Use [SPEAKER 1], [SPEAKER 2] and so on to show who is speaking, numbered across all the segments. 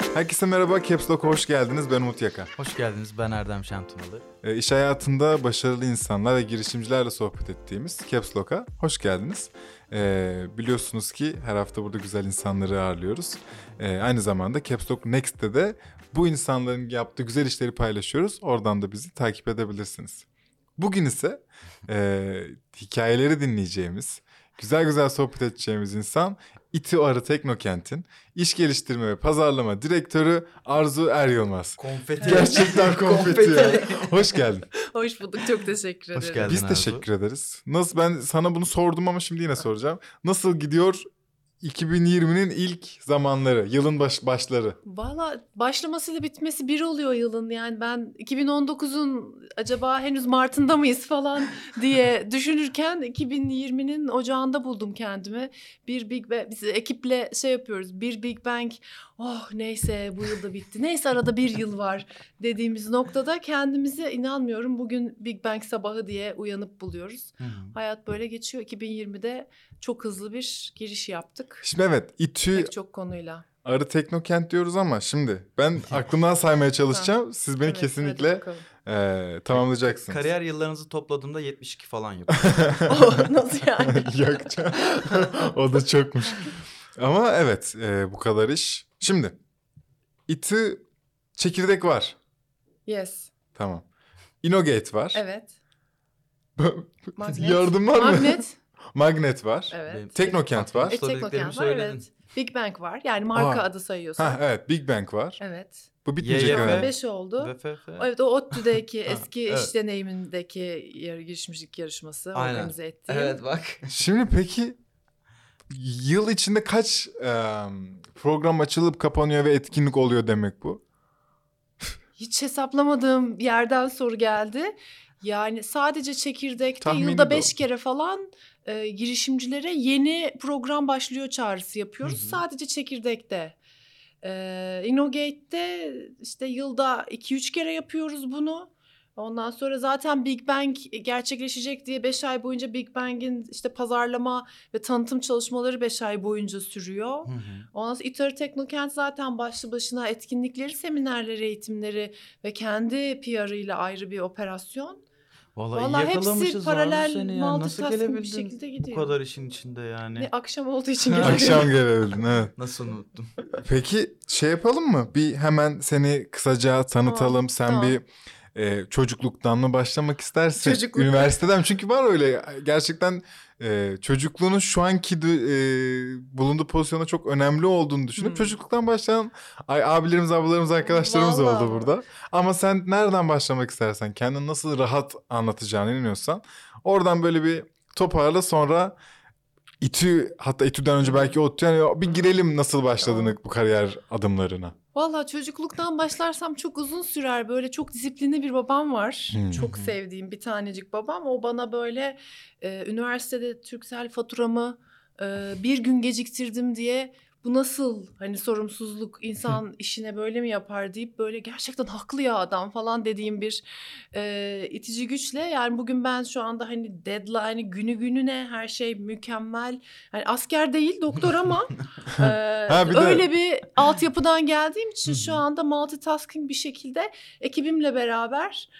[SPEAKER 1] Herkese merhaba, Caps Lock'a hoş geldiniz. Ben Umut Yaka.
[SPEAKER 2] Hoş geldiniz, ben Erdem Şentunalı.
[SPEAKER 1] İş hayatında başarılı insanlar ve girişimcilerle sohbet ettiğimiz Caps Lock'a hoş geldiniz. Biliyorsunuz ki her hafta burada güzel insanları ağırlıyoruz. Aynı zamanda Caps Lock Next'te de bu insanların yaptığı güzel işleri paylaşıyoruz. Oradan da bizi takip edebilirsiniz. Bugün ise hikayeleri dinleyeceğimiz, güzel güzel sohbet edeceğimiz insan İTÜ Arı Teknokent'in iş geliştirme ve pazarlama direktörü Arzu Er Yılmaz.
[SPEAKER 2] Konfeti.
[SPEAKER 1] Gerçekten konfeti ya. Hoş geldin.
[SPEAKER 3] Hoş bulduk, çok teşekkür ederim.
[SPEAKER 2] Hoş geldin.
[SPEAKER 1] Biz teşekkür ederiz. Ben sana bunu sordum ama şimdi yine soracağım. Nasıl gidiyor 2020'nin ilk zamanları, yılın başları?
[SPEAKER 3] Valla başlamasıyla bitmesi bir oluyor yılın. Yani ben 2019'un acaba henüz Mart'ında mıyız falan diye düşünürken 2020'nin ocağında buldum kendimi. Biz ekiple yapıyoruz. Bir Big Bang, oh neyse bu yılda bitti. Neyse arada bir yıl var dediğimiz noktada kendimize inanmıyorum. Bugün Big Bang sabahı diye uyanıp buluyoruz. Hayat böyle geçiyor. 2020'de çok hızlı bir giriş yaptık.
[SPEAKER 1] Şimdi evet, İTÜ
[SPEAKER 3] Pek çok konuyla.
[SPEAKER 1] Arı Teknokent diyoruz ama şimdi ben aklımdan saymaya çalışacağım. Siz beni
[SPEAKER 3] Evet,
[SPEAKER 1] kesinlikle tamamlayacaksınız.
[SPEAKER 2] Kariyer yıllarınızı topladığımda 72 falan yapıyor.
[SPEAKER 3] Nasıl yani?
[SPEAKER 1] Yok canım. O da çokmuş. Ama evet, bu kadar iş. Şimdi İTÜ çekirdek var.
[SPEAKER 3] Yes.
[SPEAKER 1] Tamam. Innogate var.
[SPEAKER 3] Evet. Magnet.
[SPEAKER 1] Yardım var mı?
[SPEAKER 3] Magnet.
[SPEAKER 1] Magnet var.
[SPEAKER 3] Evet.
[SPEAKER 1] Teknokent var.
[SPEAKER 3] Teknokent var, evet. Big Bang var. Yani marka adı sayıyorsun.
[SPEAKER 1] Evet, Big Bang var.
[SPEAKER 3] Evet.
[SPEAKER 1] Bu bitmeyecek
[SPEAKER 2] YYF.
[SPEAKER 1] herhalde.
[SPEAKER 3] 5 oldu.
[SPEAKER 2] VFF.
[SPEAKER 3] Evet, o ODTÜ'deki eski
[SPEAKER 2] evet.
[SPEAKER 3] iş deneyimindeki girişimcilik yarışması
[SPEAKER 2] Aynen.
[SPEAKER 3] organize ettiğim.
[SPEAKER 2] Evet bak.
[SPEAKER 1] Şimdi peki yıl içinde kaç program açılıp kapanıyor ve etkinlik oluyor demek bu?
[SPEAKER 3] Hiç hesaplamadığım bir yerden soru geldi. Yani sadece çekirdekte
[SPEAKER 1] Tahmini
[SPEAKER 3] yılda
[SPEAKER 1] de
[SPEAKER 3] 5
[SPEAKER 1] olur.
[SPEAKER 3] kere falan girişimcilere yeni program başlıyor çağrısı yapıyoruz.
[SPEAKER 2] Hı hı.
[SPEAKER 3] Sadece çekirdekte. Innogate'de işte yılda 2-3 kere yapıyoruz bunu. Ondan sonra zaten Big Bang gerçekleşecek diye 5 ay boyunca Big Bang'in işte pazarlama ve tanıtım çalışmaları 5 ay boyunca sürüyor. Ondan sonra İTÜ Arı Teknokent zaten başlı başına etkinlikleri, seminerleri, eğitimleri ve kendi PR'ıyla ayrı bir operasyon.
[SPEAKER 2] Vallahi
[SPEAKER 3] hepsi
[SPEAKER 2] yakalamışız
[SPEAKER 3] paralel,
[SPEAKER 2] abi seni ya. Nasıl
[SPEAKER 3] multitasking bir
[SPEAKER 2] gelebildin
[SPEAKER 3] şekilde
[SPEAKER 2] bu
[SPEAKER 3] gidiyor.
[SPEAKER 2] kadar işin içinde yani?
[SPEAKER 3] Ne akşam olduğu için geliyorum.
[SPEAKER 1] Akşam gelebildin, evet.
[SPEAKER 2] Nasıl unuttum?
[SPEAKER 1] Peki yapalım mı? Bir hemen seni kısaca tanıtalım. Sen
[SPEAKER 3] tamam.
[SPEAKER 1] bir çocukluktan mı başlamak istersin?
[SPEAKER 3] Çocukluk.
[SPEAKER 1] Üniversiteden, çünkü var öyle gerçekten çocukluğunun şu anki bulunduğu pozisyona çok önemli olduğunu düşünüp çocukluktan başlayan abilerimiz, ablalarımız, arkadaşlarımız
[SPEAKER 3] Vallahi.
[SPEAKER 1] oldu burada. Ama sen nereden başlamak istersen, kendini nasıl rahat anlatacağını inanıyorsan oradan böyle bir toparla, sonra İTÜ, hatta İTÜ'den önce belki ODTÜ, yani bir girelim nasıl başladığını, bu kariyer adımlarına.
[SPEAKER 3] Vallahi çocukluktan başlarsam çok uzun sürer. Böyle çok disiplinli bir babam var. Çok sevdiğim bir tanecik babam. O bana böyle üniversitede Turkcell faturamı bir gün geciktirdim diye, bu nasıl hani sorumsuzluk, insan işine böyle mi yapar deyip böyle gerçekten haklı ya adam falan dediğim bir itici güçle. Yani bugün ben şu anda hani deadline günü gününe her şey mükemmel. Yani asker değil doktor ama öyle bir altyapıdan geldiğim için şu anda multitasking bir şekilde ekibimle beraber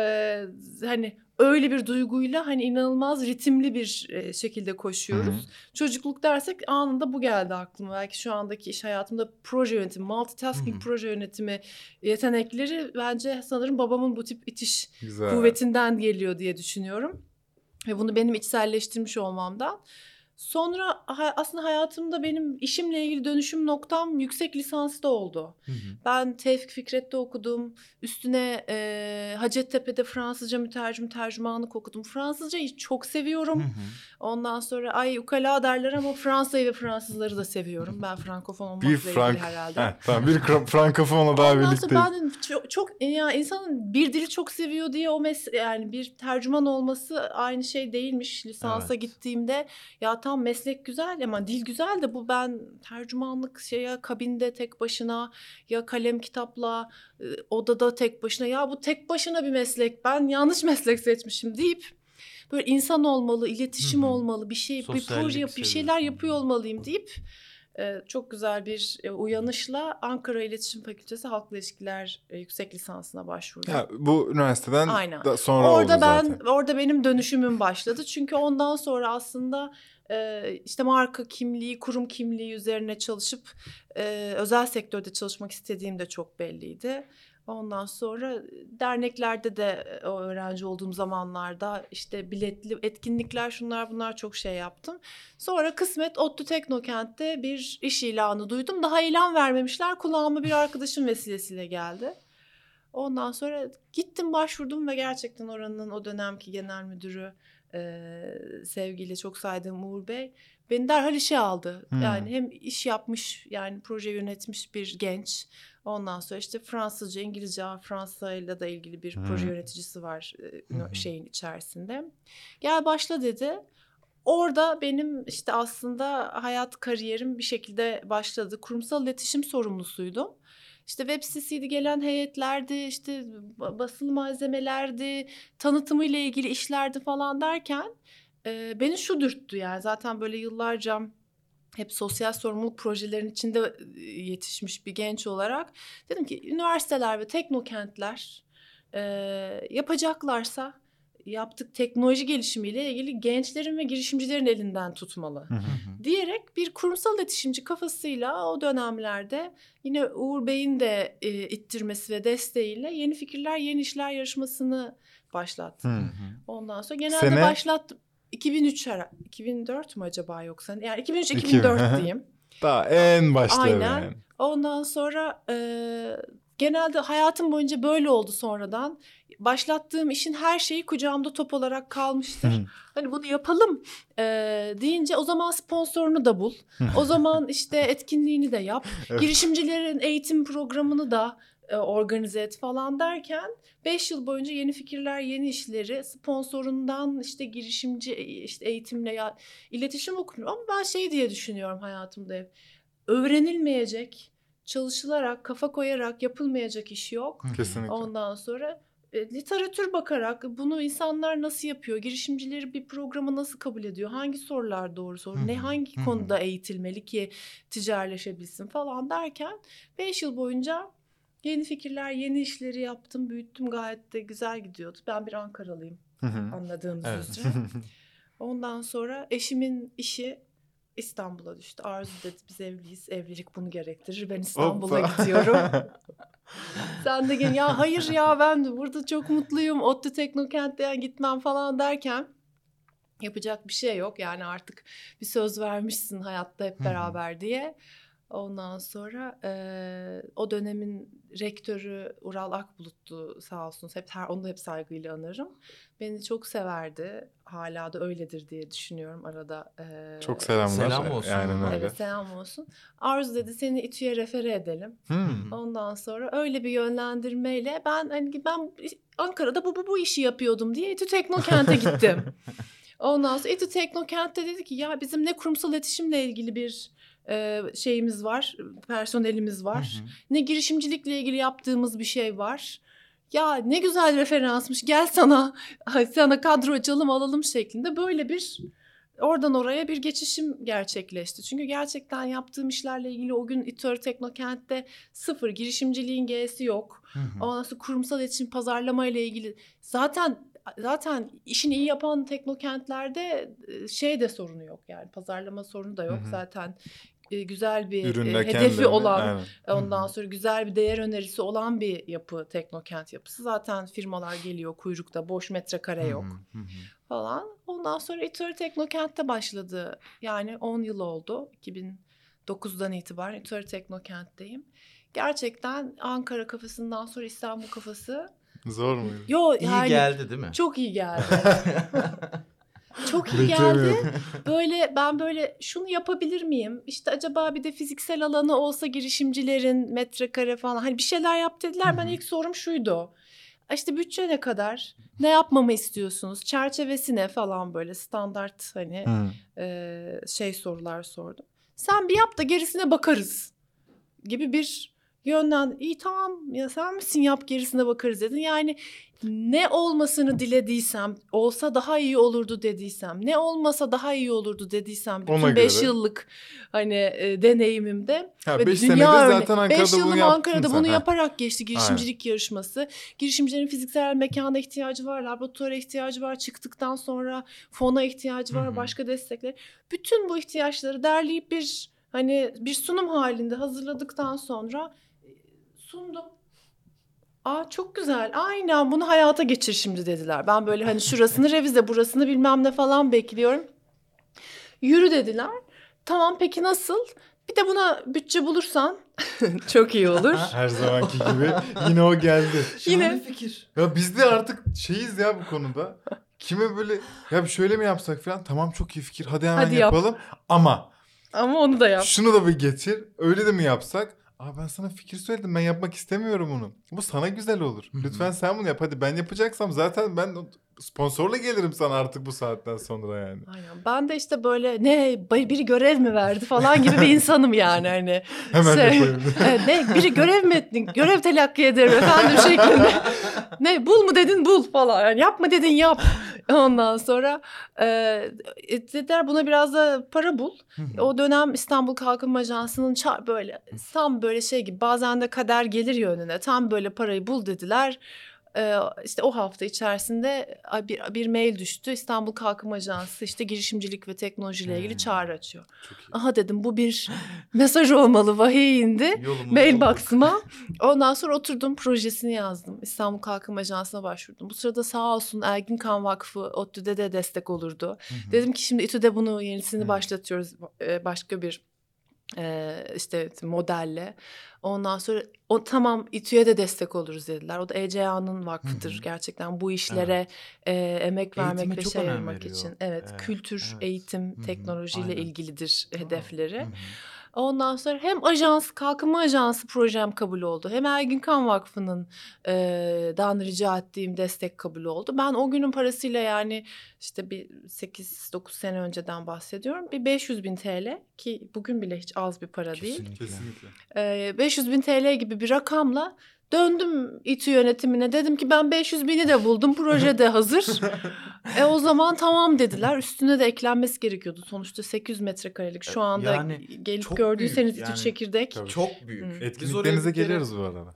[SPEAKER 3] hani öyle bir duyguyla hani inanılmaz ritimli bir şekilde koşuyoruz. Çocukluk dersek anında bu geldi aklıma. Belki şu andaki iş hayatımda proje yönetimi, multitasking proje yönetimi yetenekleri bence sanırım babamın bu tip itiş kuvvetinden geliyor diye düşünüyorum. Ve bunu benim içselleştirmiş olmamdan. Sonra aslında hayatımda benim işimle ilgili dönüşüm noktam yüksek lisansta oldu. Ben Tevfik Fikret'te okudum. Üstüne Hacettepe'de Fransızca tercümanlık okudum. Fransızcayı çok seviyorum. Ondan sonra ukala derler ama Fransa'yı ve Fransızları da seviyorum. Ben Frankofon olmakla ilgili herhalde.
[SPEAKER 1] Tamam, bir Frankofonla daha birlikte.
[SPEAKER 3] Ben çok ya insanın bir dili çok seviyor diye yani bir tercüman olması aynı şey değilmiş. Lisansa gittiğimde ya tam meslek güzel ama dil güzel de bu ben tercümanlık ya kabinde tek başına ya kalem kitapla odada tek başına, ya bu tek başına bir meslek, ben yanlış meslek seçmişim deyip böyle insan olmalı, iletişim olmalı, bir şey, bir proje, bir şeyler yapıyor olmalıyım deyip çok güzel bir uyanışla Ankara İletişim Fakültesi Halkla İlişkiler yüksek lisansına başvurdum.
[SPEAKER 1] Ya, bu üniversiteden
[SPEAKER 3] Aynen.
[SPEAKER 1] sonra oldu zaten.
[SPEAKER 3] Orada benim dönüşümüm başladı. Çünkü ondan sonra aslında işte marka kimliği, kurum kimliği üzerine çalışıp özel sektörde çalışmak istediğim de çok belliydi. Ondan sonra derneklerde de öğrenci olduğum zamanlarda işte biletli etkinlikler, şunlar bunlar çok şey yaptım. Sonra kısmet ODTÜ Teknokent'te bir iş ilanı duydum. Daha ilan vermemişler. Kulağıma bir arkadaşım vesilesiyle geldi. Ondan sonra gittim, başvurdum ve gerçekten oranın o dönemki genel müdürü sevgili çok saydığım Uğur Bey beni derhal işe aldı. Yani hem iş yapmış, yani proje yönetmiş bir genç. Ondan sonra işte Fransızca, İngilizce, Fransa'yla da ilgili bir proje yöneticisi var şeyin içerisinde. Gel başla dedi. Orada benim işte aslında hayat kariyerim bir şekilde başladı. Kurumsal iletişim sorumlusuydum. İşte web sitesiydi, gelen heyetlerdi, işte basılı malzemelerdi, tanıtımıyla ilgili işlerdi falan derken beni şu dürttü, yani zaten böyle yıllarca hep sosyal sorumluluk projelerin içinde yetişmiş bir genç olarak dedim ki üniversiteler ve teknokentler yapacaklarsa yaptık teknoloji gelişimiyle ilgili gençlerin ve girişimcilerin elinden tutmalı. Diyerek bir kurumsal iletişimci kafasıyla o dönemlerde yine Uğur Bey'in de ittirmesi ve desteğiyle Yeni Fikirler Yeni İşler yarışmasını başlattım. Ondan sonra genelde başlattım. 2003 2004 mü acaba yoksa? Yani 2003-2004 diyeyim.
[SPEAKER 1] Daha en başta.
[SPEAKER 3] Aynen.
[SPEAKER 1] Yani.
[SPEAKER 3] Ondan sonra genelde hayatım boyunca böyle oldu sonradan. Başlattığım işin her şeyi kucağımda top olarak kalmıştır. Hani bunu yapalım deyince o zaman sponsorunu da bul. O zaman işte etkinliğini de yap. Evet. Girişimcilerin eğitim programını da organize et falan derken 5 yıl boyunca Yeni Fikirler Yeni İşleri sponsorundan işte girişimci işte eğitimle iletişim okuyorum. Ama ben şey diye düşünüyorum hayatımda hep. Öğrenilmeyecek, çalışılarak, kafa koyarak yapılmayacak iş yok.
[SPEAKER 1] Kesinlikle.
[SPEAKER 3] Ondan sonra literatür bakarak bunu insanlar nasıl yapıyor, girişimcileri bir programı nasıl kabul ediyor, hangi sorular doğru soru, ne hangi konuda eğitilmeli ki ticarileşebilsin falan derken 5 yıl boyunca Yeni Fikirler Yeni İşleri yaptım, büyüttüm, gayet de güzel gidiyordu. Ben bir Ankaralıyım anladığınız üzere. Ondan sonra eşimin işi İstanbul'a düştü. Arzu dedi biz evliyiz. Evlilik bunu gerektirir. Ben İstanbul'a gidiyorum. Sen de gel. Ya hayır ya ben burada çok mutluyum. ODTÜ Teknokent'te gitmem falan derken yapacak bir şey yok. Yani artık bir söz vermişsin hayatta hep beraber diye. Ondan sonra o dönemin rektörü Ural Akbulut'tu sağ olsun. Onu da hep saygıyla anarım. Beni çok severdi. Hala da öyledir diye düşünüyorum arada.
[SPEAKER 1] Çok selamlar.
[SPEAKER 2] Selam olsun.
[SPEAKER 1] Yani
[SPEAKER 3] evet selam olsun. Arzu dedi seni İTÜ'ye refere edelim. Ondan sonra öyle bir yönlendirmeyle ben Ankara'da bu işi yapıyordum diye İTÜ Teknokent'e gittim. Ondan sonra İTÜ Teknokent'te dedi ki ya bizim ne kurumsal iletişimle ilgili bir şeyimiz var, personelimiz var. Ne girişimcilikle ilgili yaptığımız bir şey var. Ya ne güzel referansmış, gel sana kadro açalım alalım şeklinde böyle bir oradan oraya bir geçişim gerçekleşti. Çünkü gerçekten yaptığım işlerle ilgili o gün İTÜ Teknokent'te sıfır girişimciliğin G'si yok. Ondan sonra kurumsal iletişim pazarlama ile ilgili zaten işini iyi yapan teknokentlerde şey de sorunu yok, yani pazarlama sorunu da yok. Zaten güzel bir hedefi olan, ondan sonra güzel bir değer önerisi olan bir yapı teknokent yapısı. Zaten firmalar geliyor kuyrukta, boş metrekare yok falan. Ondan sonra İTÜ Teknokent'te başladı. Yani 10 yıl oldu. 2009'dan itibaren İTÜ Teknokent'teyim. Gerçekten Ankara kafasından sonra İstanbul kafası.
[SPEAKER 1] Zor muydu?
[SPEAKER 3] Yo,
[SPEAKER 2] İyi geldi değil mi?
[SPEAKER 3] Çok iyi geldi. Çok iyi geldi. Ben böyle şunu yapabilir miyim? İşte acaba bir de fiziksel alanı olsa girişimcilerin metrekare falan. Hani bir şeyler yap dediler. Ben ilk sorum şuydu. İşte bütçe ne kadar? Ne yapmamı istiyorsunuz? Çerçevesi ne falan böyle standart hani sorular sordum. Sen bir yap da gerisine bakarız gibi bir İyi tamam ya sen misin yap gerisine bakarız dedin. Yani ne olmasını dilediysem, olsa daha iyi olurdu dediysem, ne olmasa daha iyi olurdu dediysem
[SPEAKER 1] Ona
[SPEAKER 3] bütün 5
[SPEAKER 1] göre.
[SPEAKER 3] yıllık hani deneyimimde
[SPEAKER 1] Ha,
[SPEAKER 3] ve
[SPEAKER 1] 5
[SPEAKER 3] dünya
[SPEAKER 1] senede
[SPEAKER 3] örneği.
[SPEAKER 1] zaten
[SPEAKER 3] 5
[SPEAKER 1] Ankara'da bunu
[SPEAKER 3] yılım
[SPEAKER 1] yaptın
[SPEAKER 3] Ankara'da
[SPEAKER 1] sen.
[SPEAKER 3] bunu
[SPEAKER 1] Ha.
[SPEAKER 3] yaparak geçti girişimcilik yarışması. Girişimcilerin fiziksel mekana ihtiyacı var, laboratuvara ihtiyacı var, çıktıktan sonra fona ihtiyacı var, başka destekler. Bütün bu ihtiyaçları derleyip bir sunum halinde hazırladıktan sonra sundum. Çok güzel. Aynen bunu hayata geçir şimdi dediler. Ben böyle hani şurasını revize, burasını bilmem ne falan bekliyorum. Yürü dediler. Tamam peki nasıl? Bir de buna bütçe bulursan çok iyi olur.
[SPEAKER 1] Her zamanki gibi yine o geldi.
[SPEAKER 3] Yine
[SPEAKER 2] fikir.
[SPEAKER 1] Ya biz de artık şeyiz ya bu konuda. Kime böyle ya şöyle mi yapsak falan. Tamam çok iyi fikir. Hadi hemen
[SPEAKER 3] Hadi yap.
[SPEAKER 1] yapalım. Ama
[SPEAKER 3] ama onu da yap.
[SPEAKER 1] şunu da bir getir. Öyle de mi yapsak? Ben sana fikir söyledim. Ben yapmak istemiyorum onu. Bu sana güzel olur. Lütfen sen bunu yap. Hadi ben yapacaksam zaten ben sponsorla gelirim sana artık bu saatten sonra yani.
[SPEAKER 3] Aynen. Ben de işte böyle biri görev mi verdi falan gibi bir insanım yani hani.
[SPEAKER 1] Hemen yapayım.
[SPEAKER 3] Biri görev mi ettin? Görev telakki ederim efendim şeklinde. Bul mu dedin bul falan. Yani yap mı dedin yap. Ondan sonra dediler buna biraz da para bul. O dönem İstanbul Kalkınma Ajansı'nın böyle tam böyle şey gibi bazen de kader gelir ya önüne. Tam böyle parayı bul dediler. İşte o hafta içerisinde bir mail düştü. İstanbul Kalkınma Ajansı işte girişimcilik ve teknolojiyle ilgili çağrı açıyor. Aha dedim bu bir mesaj olmalı. Vahiy indi. Mailbox'ıma. Ondan sonra oturdum projesini yazdım. İstanbul Kalkınma Ajansı'na başvurdum. Bu sırada sağ olsun Ergin Kan Vakfı ODTÜ'de de destek olurdu. Dedim ki şimdi İTÜ'de bunu yenisini başlatıyoruz. Başka bir işte modelle. Ondan sonra tamam İTÜ'ye de destek oluruz dediler. O da ECA'nın vakfıdır gerçekten bu işlere emek vermek ve şey ayırmak için. Evet, kültür, eğitim, teknolojiyle ilgilidir hedefleri. Ondan sonra hem Kalkınma Ajansı projem kabul oldu. Hem Ergin Kan Vakfı'nın dan rica ettiğim destek kabul oldu. Ben o günün parasıyla yani işte bir 8-9 sene önceden bahsediyorum. Bir 500.000 TL ki bugün bile hiç az bir para değil.
[SPEAKER 1] Kesinlikle.
[SPEAKER 3] 500.000 TL gibi bir rakamla döndüm İTÜ yönetimine. Dedim ki ben 500.000'i de buldum. Proje de hazır. O zaman tamam dediler. Üstüne de eklenmesi gerekiyordu. Sonuçta 800 metrekarelik. Şu anda
[SPEAKER 2] Yani
[SPEAKER 3] gelip gördüyseniz
[SPEAKER 2] büyük,
[SPEAKER 3] İTÜ Çekirdek.
[SPEAKER 1] Tabii.
[SPEAKER 2] Çok büyük.
[SPEAKER 1] Etkinliklerinize geliyoruz bu arada.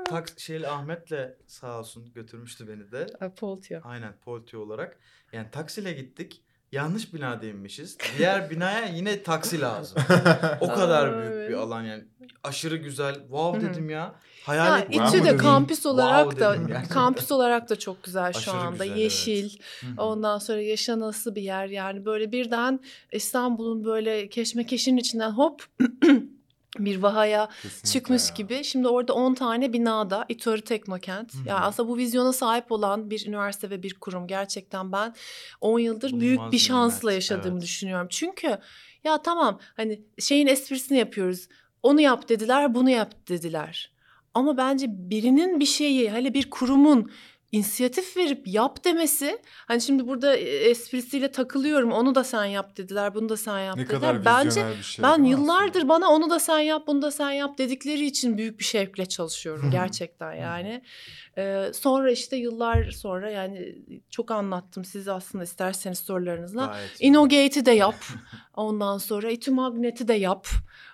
[SPEAKER 2] Ahmet'le sağ olsun götürmüştü beni de.
[SPEAKER 3] Poltio.
[SPEAKER 2] Aynen Poltio olarak. Yani taksiyle gittik. Yanlış binada inmişiz. Diğer binaya yine taksi lazım. O kadar büyük bir alan yani. Aşırı güzel. Wow dedim ya. Hayal ettim.
[SPEAKER 3] İTÜ de
[SPEAKER 1] dedim.
[SPEAKER 3] kampüs olarak da
[SPEAKER 2] dedim gerçekten.
[SPEAKER 3] kampüs olarak da çok güzel şu
[SPEAKER 2] Aşırı
[SPEAKER 3] anda.
[SPEAKER 2] güzel,
[SPEAKER 3] Yeşil.
[SPEAKER 2] evet.
[SPEAKER 3] Ondan sonra yaşanası bir yer. Yani böyle birden İstanbul'un böyle keşmekeşin içinden hop bir vahaya
[SPEAKER 1] Kesinlikle
[SPEAKER 3] çıkmış
[SPEAKER 1] ya.
[SPEAKER 3] gibi. Şimdi orada 10 tane binada İTÜ Arı Teknokent. Yani aslında bu vizyona sahip olan bir üniversite ve bir kurum. Gerçekten ben 10 yıldır
[SPEAKER 2] Bulunmaz
[SPEAKER 3] büyük bir şansla
[SPEAKER 2] nimet,
[SPEAKER 3] yaşadığımı
[SPEAKER 2] evet.
[SPEAKER 3] düşünüyorum. Çünkü ya tamam hani şeyin esprisini yapıyoruz. Onu yap dediler, bunu yap dediler. Ama bence birinin bir şeyi, hele bir kurumun inisiyatif verip yap demesi, hani şimdi burada esprisiyle takılıyorum, onu da sen yap dediler, bunu da sen yap
[SPEAKER 1] Ne
[SPEAKER 3] dediler.
[SPEAKER 1] kadar
[SPEAKER 3] Bence
[SPEAKER 1] vizyoner bir şey.
[SPEAKER 3] ben
[SPEAKER 1] değil mi
[SPEAKER 3] yıllardır
[SPEAKER 1] aslında?
[SPEAKER 3] bana onu da sen yap, bunu da sen yap dedikleri için büyük bir şevkle çalışıyorum gerçekten yani. Sonra işte yıllar sonra yani çok anlattım size aslında isterseniz sorularınızla.
[SPEAKER 2] Gayet iyi.
[SPEAKER 3] Innogate'i de yap, ondan sonra İTÜ Magnet'i de yap.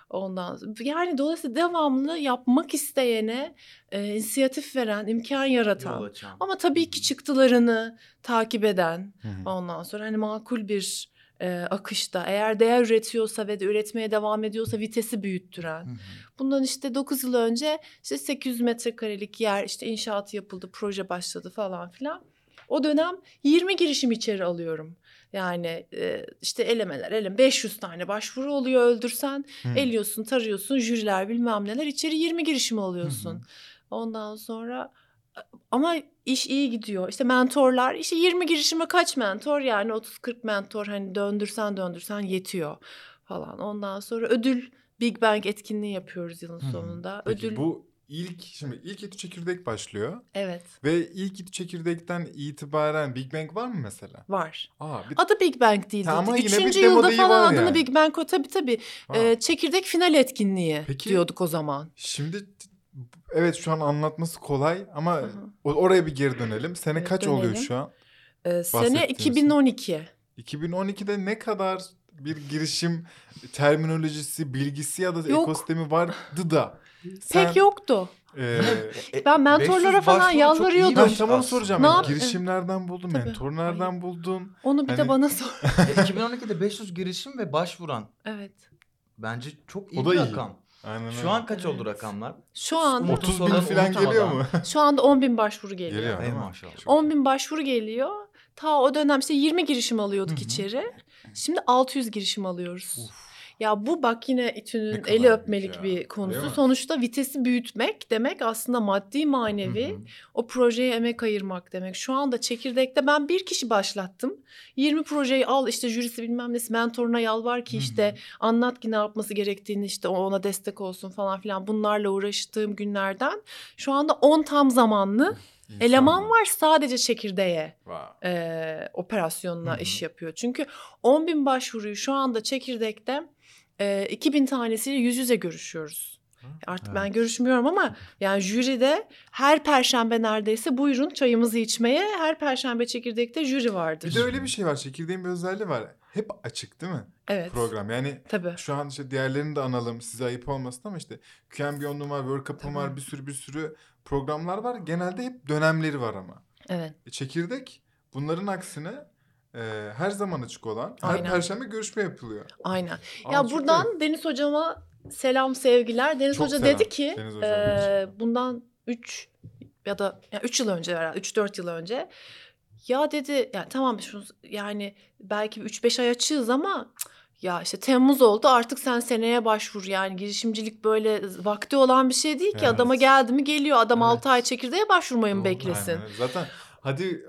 [SPEAKER 3] Yani dolayısıyla devamlı yapmak isteyene inisiyatif veren, imkan yaratan.
[SPEAKER 2] Yol açan.
[SPEAKER 3] Ama tabii ki çıktılarını takip eden,
[SPEAKER 1] Hı hı.
[SPEAKER 3] ondan sonra hani makul bir akışta, eğer değer üretiyorsa ve de üretmeye devam ediyorsa vitesi büyüttüren. Bundan işte 9 yıl önce işte 800 metrekarelik yer işte inşaatı yapıldı, proje başladı falan filan. O dönem 20 girişim içeri alıyorum. Yani işte elemeler 500 tane başvuru oluyor öldürsen. Eliyorsun, tarıyorsun, jüriler bilmem neler, içeri 20 girişim alıyorsun. Ondan sonra ama iş iyi gidiyor. İşte mentorlar, işte 20 girişime kaç mentor, yani 30-40 mentor, hani döndürsen yetiyor falan. Ondan sonra ödül Big Bang etkinliği yapıyoruz yılın sonunda.
[SPEAKER 1] Peki
[SPEAKER 3] Ödül
[SPEAKER 1] bu ilk İTÜ Çekirdek başlıyor.
[SPEAKER 3] evet
[SPEAKER 1] Ve ilk İTÜ Çekirdek'ten itibaren Big Bang var mı mesela?
[SPEAKER 3] var.
[SPEAKER 1] Bir
[SPEAKER 3] Adı Big Bang değil.
[SPEAKER 1] Ha, ama yine bir
[SPEAKER 3] Üçüncü
[SPEAKER 1] demo
[SPEAKER 3] yılda
[SPEAKER 1] day
[SPEAKER 3] falan
[SPEAKER 1] var
[SPEAKER 3] adını
[SPEAKER 1] yani.
[SPEAKER 3] Big Bang tabii.
[SPEAKER 1] Ha.
[SPEAKER 3] Çekirdek final etkinliği
[SPEAKER 1] Peki-
[SPEAKER 3] diyorduk o zaman.
[SPEAKER 1] Şimdi evet şu an anlatması kolay ama
[SPEAKER 3] Hı hı.
[SPEAKER 1] oraya bir geri dönelim. Sene
[SPEAKER 3] Evet,
[SPEAKER 1] kaç
[SPEAKER 3] dönelim.
[SPEAKER 1] oluyor şu an?
[SPEAKER 3] Sene
[SPEAKER 1] Bahsettiğimiz.
[SPEAKER 3] 2012.
[SPEAKER 1] 2012'de ne kadar bir girişim terminolojisi, bilgisi ya da
[SPEAKER 3] Yok.
[SPEAKER 1] ekosistemi vardı da
[SPEAKER 3] Pek yoktu. Ben mentorlara
[SPEAKER 2] 500
[SPEAKER 3] falan
[SPEAKER 2] başvuru çok
[SPEAKER 3] yalvarıyordum.
[SPEAKER 1] Ben
[SPEAKER 2] iyiymiş
[SPEAKER 1] tam onu
[SPEAKER 2] aslında.
[SPEAKER 1] soracağım.
[SPEAKER 3] Ne
[SPEAKER 1] Yani
[SPEAKER 3] yap-
[SPEAKER 1] girişimlerden buldun,
[SPEAKER 3] Tabii.
[SPEAKER 1] mentor nereden buldun?
[SPEAKER 3] Onu bir de
[SPEAKER 1] Hani-
[SPEAKER 3] bana sor.
[SPEAKER 2] 2012'de 500 girişim ve başvuran.
[SPEAKER 3] Evet.
[SPEAKER 2] Bence çok
[SPEAKER 1] O
[SPEAKER 2] iyi
[SPEAKER 1] da
[SPEAKER 2] bir
[SPEAKER 1] iyi.
[SPEAKER 2] rakam.
[SPEAKER 1] Aynen
[SPEAKER 2] Şu
[SPEAKER 1] öyle.
[SPEAKER 2] an kaç oldu
[SPEAKER 3] Evet.
[SPEAKER 2] rakamlar?
[SPEAKER 3] Şu an
[SPEAKER 2] Umut'un
[SPEAKER 1] 30 bin
[SPEAKER 2] sorularını
[SPEAKER 1] falan
[SPEAKER 2] unutmadan.
[SPEAKER 1] geliyor mu?
[SPEAKER 3] şu anda 10.000 başvuru geliyor.
[SPEAKER 1] Geliyor
[SPEAKER 2] Ey
[SPEAKER 1] değil mi?
[SPEAKER 2] maşallah.
[SPEAKER 1] Çok
[SPEAKER 3] 10.000 başvuru geliyor. Ta o dönem işte 20 girişim alıyorduk
[SPEAKER 2] Hı hı.
[SPEAKER 3] içeri. Şimdi 600 girişim alıyoruz. Ya bu bak yine
[SPEAKER 1] Ne
[SPEAKER 3] İTÜ'nün
[SPEAKER 1] kadar
[SPEAKER 3] eli
[SPEAKER 1] büyük
[SPEAKER 3] öpmelik
[SPEAKER 1] ya.
[SPEAKER 3] bir
[SPEAKER 1] Değil
[SPEAKER 3] konusu.
[SPEAKER 1] mi?
[SPEAKER 3] Sonuçta vitesi büyütmek demek aslında maddi manevi
[SPEAKER 2] Hı hı.
[SPEAKER 3] o projeye emek ayırmak demek. Şu anda çekirdekte ben bir kişi başlattım. 20 projeyi al işte jürisi bilmem nesi mentoruna yalvar ki
[SPEAKER 2] Hı hı.
[SPEAKER 3] işte anlat ki ne yapması gerektiğini işte ona destek olsun falan filan bunlarla uğraştığım günlerden şu anda 10 tam zamanlı
[SPEAKER 1] İnsan
[SPEAKER 3] eleman
[SPEAKER 1] mı?
[SPEAKER 3] var sadece çekirdeğe
[SPEAKER 1] Wow.
[SPEAKER 3] operasyonla
[SPEAKER 2] Hı hı.
[SPEAKER 3] iş yapıyor. Çünkü 10.000 başvuruyu şu anda çekirdekte 2.000 tanesiyle yüz yüze görüşüyoruz. Artık ben
[SPEAKER 2] Evet.
[SPEAKER 3] görüşmüyorum ama yani jüride her perşembe neredeyse buyurun çayımızı içmeye her perşembe çekirdekte jüri vardır.
[SPEAKER 1] Bir de öyle bir şey var. Çekirdeğin bir özelliği var. Hep açık değil mi?
[SPEAKER 3] Evet.
[SPEAKER 1] Program. Yani
[SPEAKER 3] Tabii.
[SPEAKER 1] şu an işte diğerlerini de analım. Size ayıp olmasın ama işte QMBO'nun var, World Cup'ın
[SPEAKER 3] Tabii.
[SPEAKER 1] var, bir sürü programlar var. Genelde hep dönemleri var ama.
[SPEAKER 3] Evet.
[SPEAKER 1] Çekirdek bunların aksine her zaman açık olan, her
[SPEAKER 3] Aynen.
[SPEAKER 1] perşembe görüşme yapılıyor.
[SPEAKER 3] Aynen.
[SPEAKER 1] Aa,
[SPEAKER 3] Ya
[SPEAKER 1] çok
[SPEAKER 3] buradan
[SPEAKER 1] garip.
[SPEAKER 3] Deniz hocama selam sevgiler. Deniz
[SPEAKER 1] Çok
[SPEAKER 3] Hoca
[SPEAKER 1] selam
[SPEAKER 3] dedi ki
[SPEAKER 1] Deniz hocam gerçekten.
[SPEAKER 3] bundan 3 ya da 3 yıl önce herhalde 3-4 yıl önce ya dedi yani tamam şunu yani belki 3-5 ay açığız ama ya işte Temmuz oldu artık sen seneye başvur yani girişimcilik böyle vakti olan bir şey değil ki
[SPEAKER 1] Evet.
[SPEAKER 3] adama geldi mi geliyor adam
[SPEAKER 2] Evet.
[SPEAKER 3] 6 ay çekirdeğe başvurmayı mı
[SPEAKER 2] Doğru,
[SPEAKER 3] beklesin?
[SPEAKER 1] Aynen öyle. Zaten hadi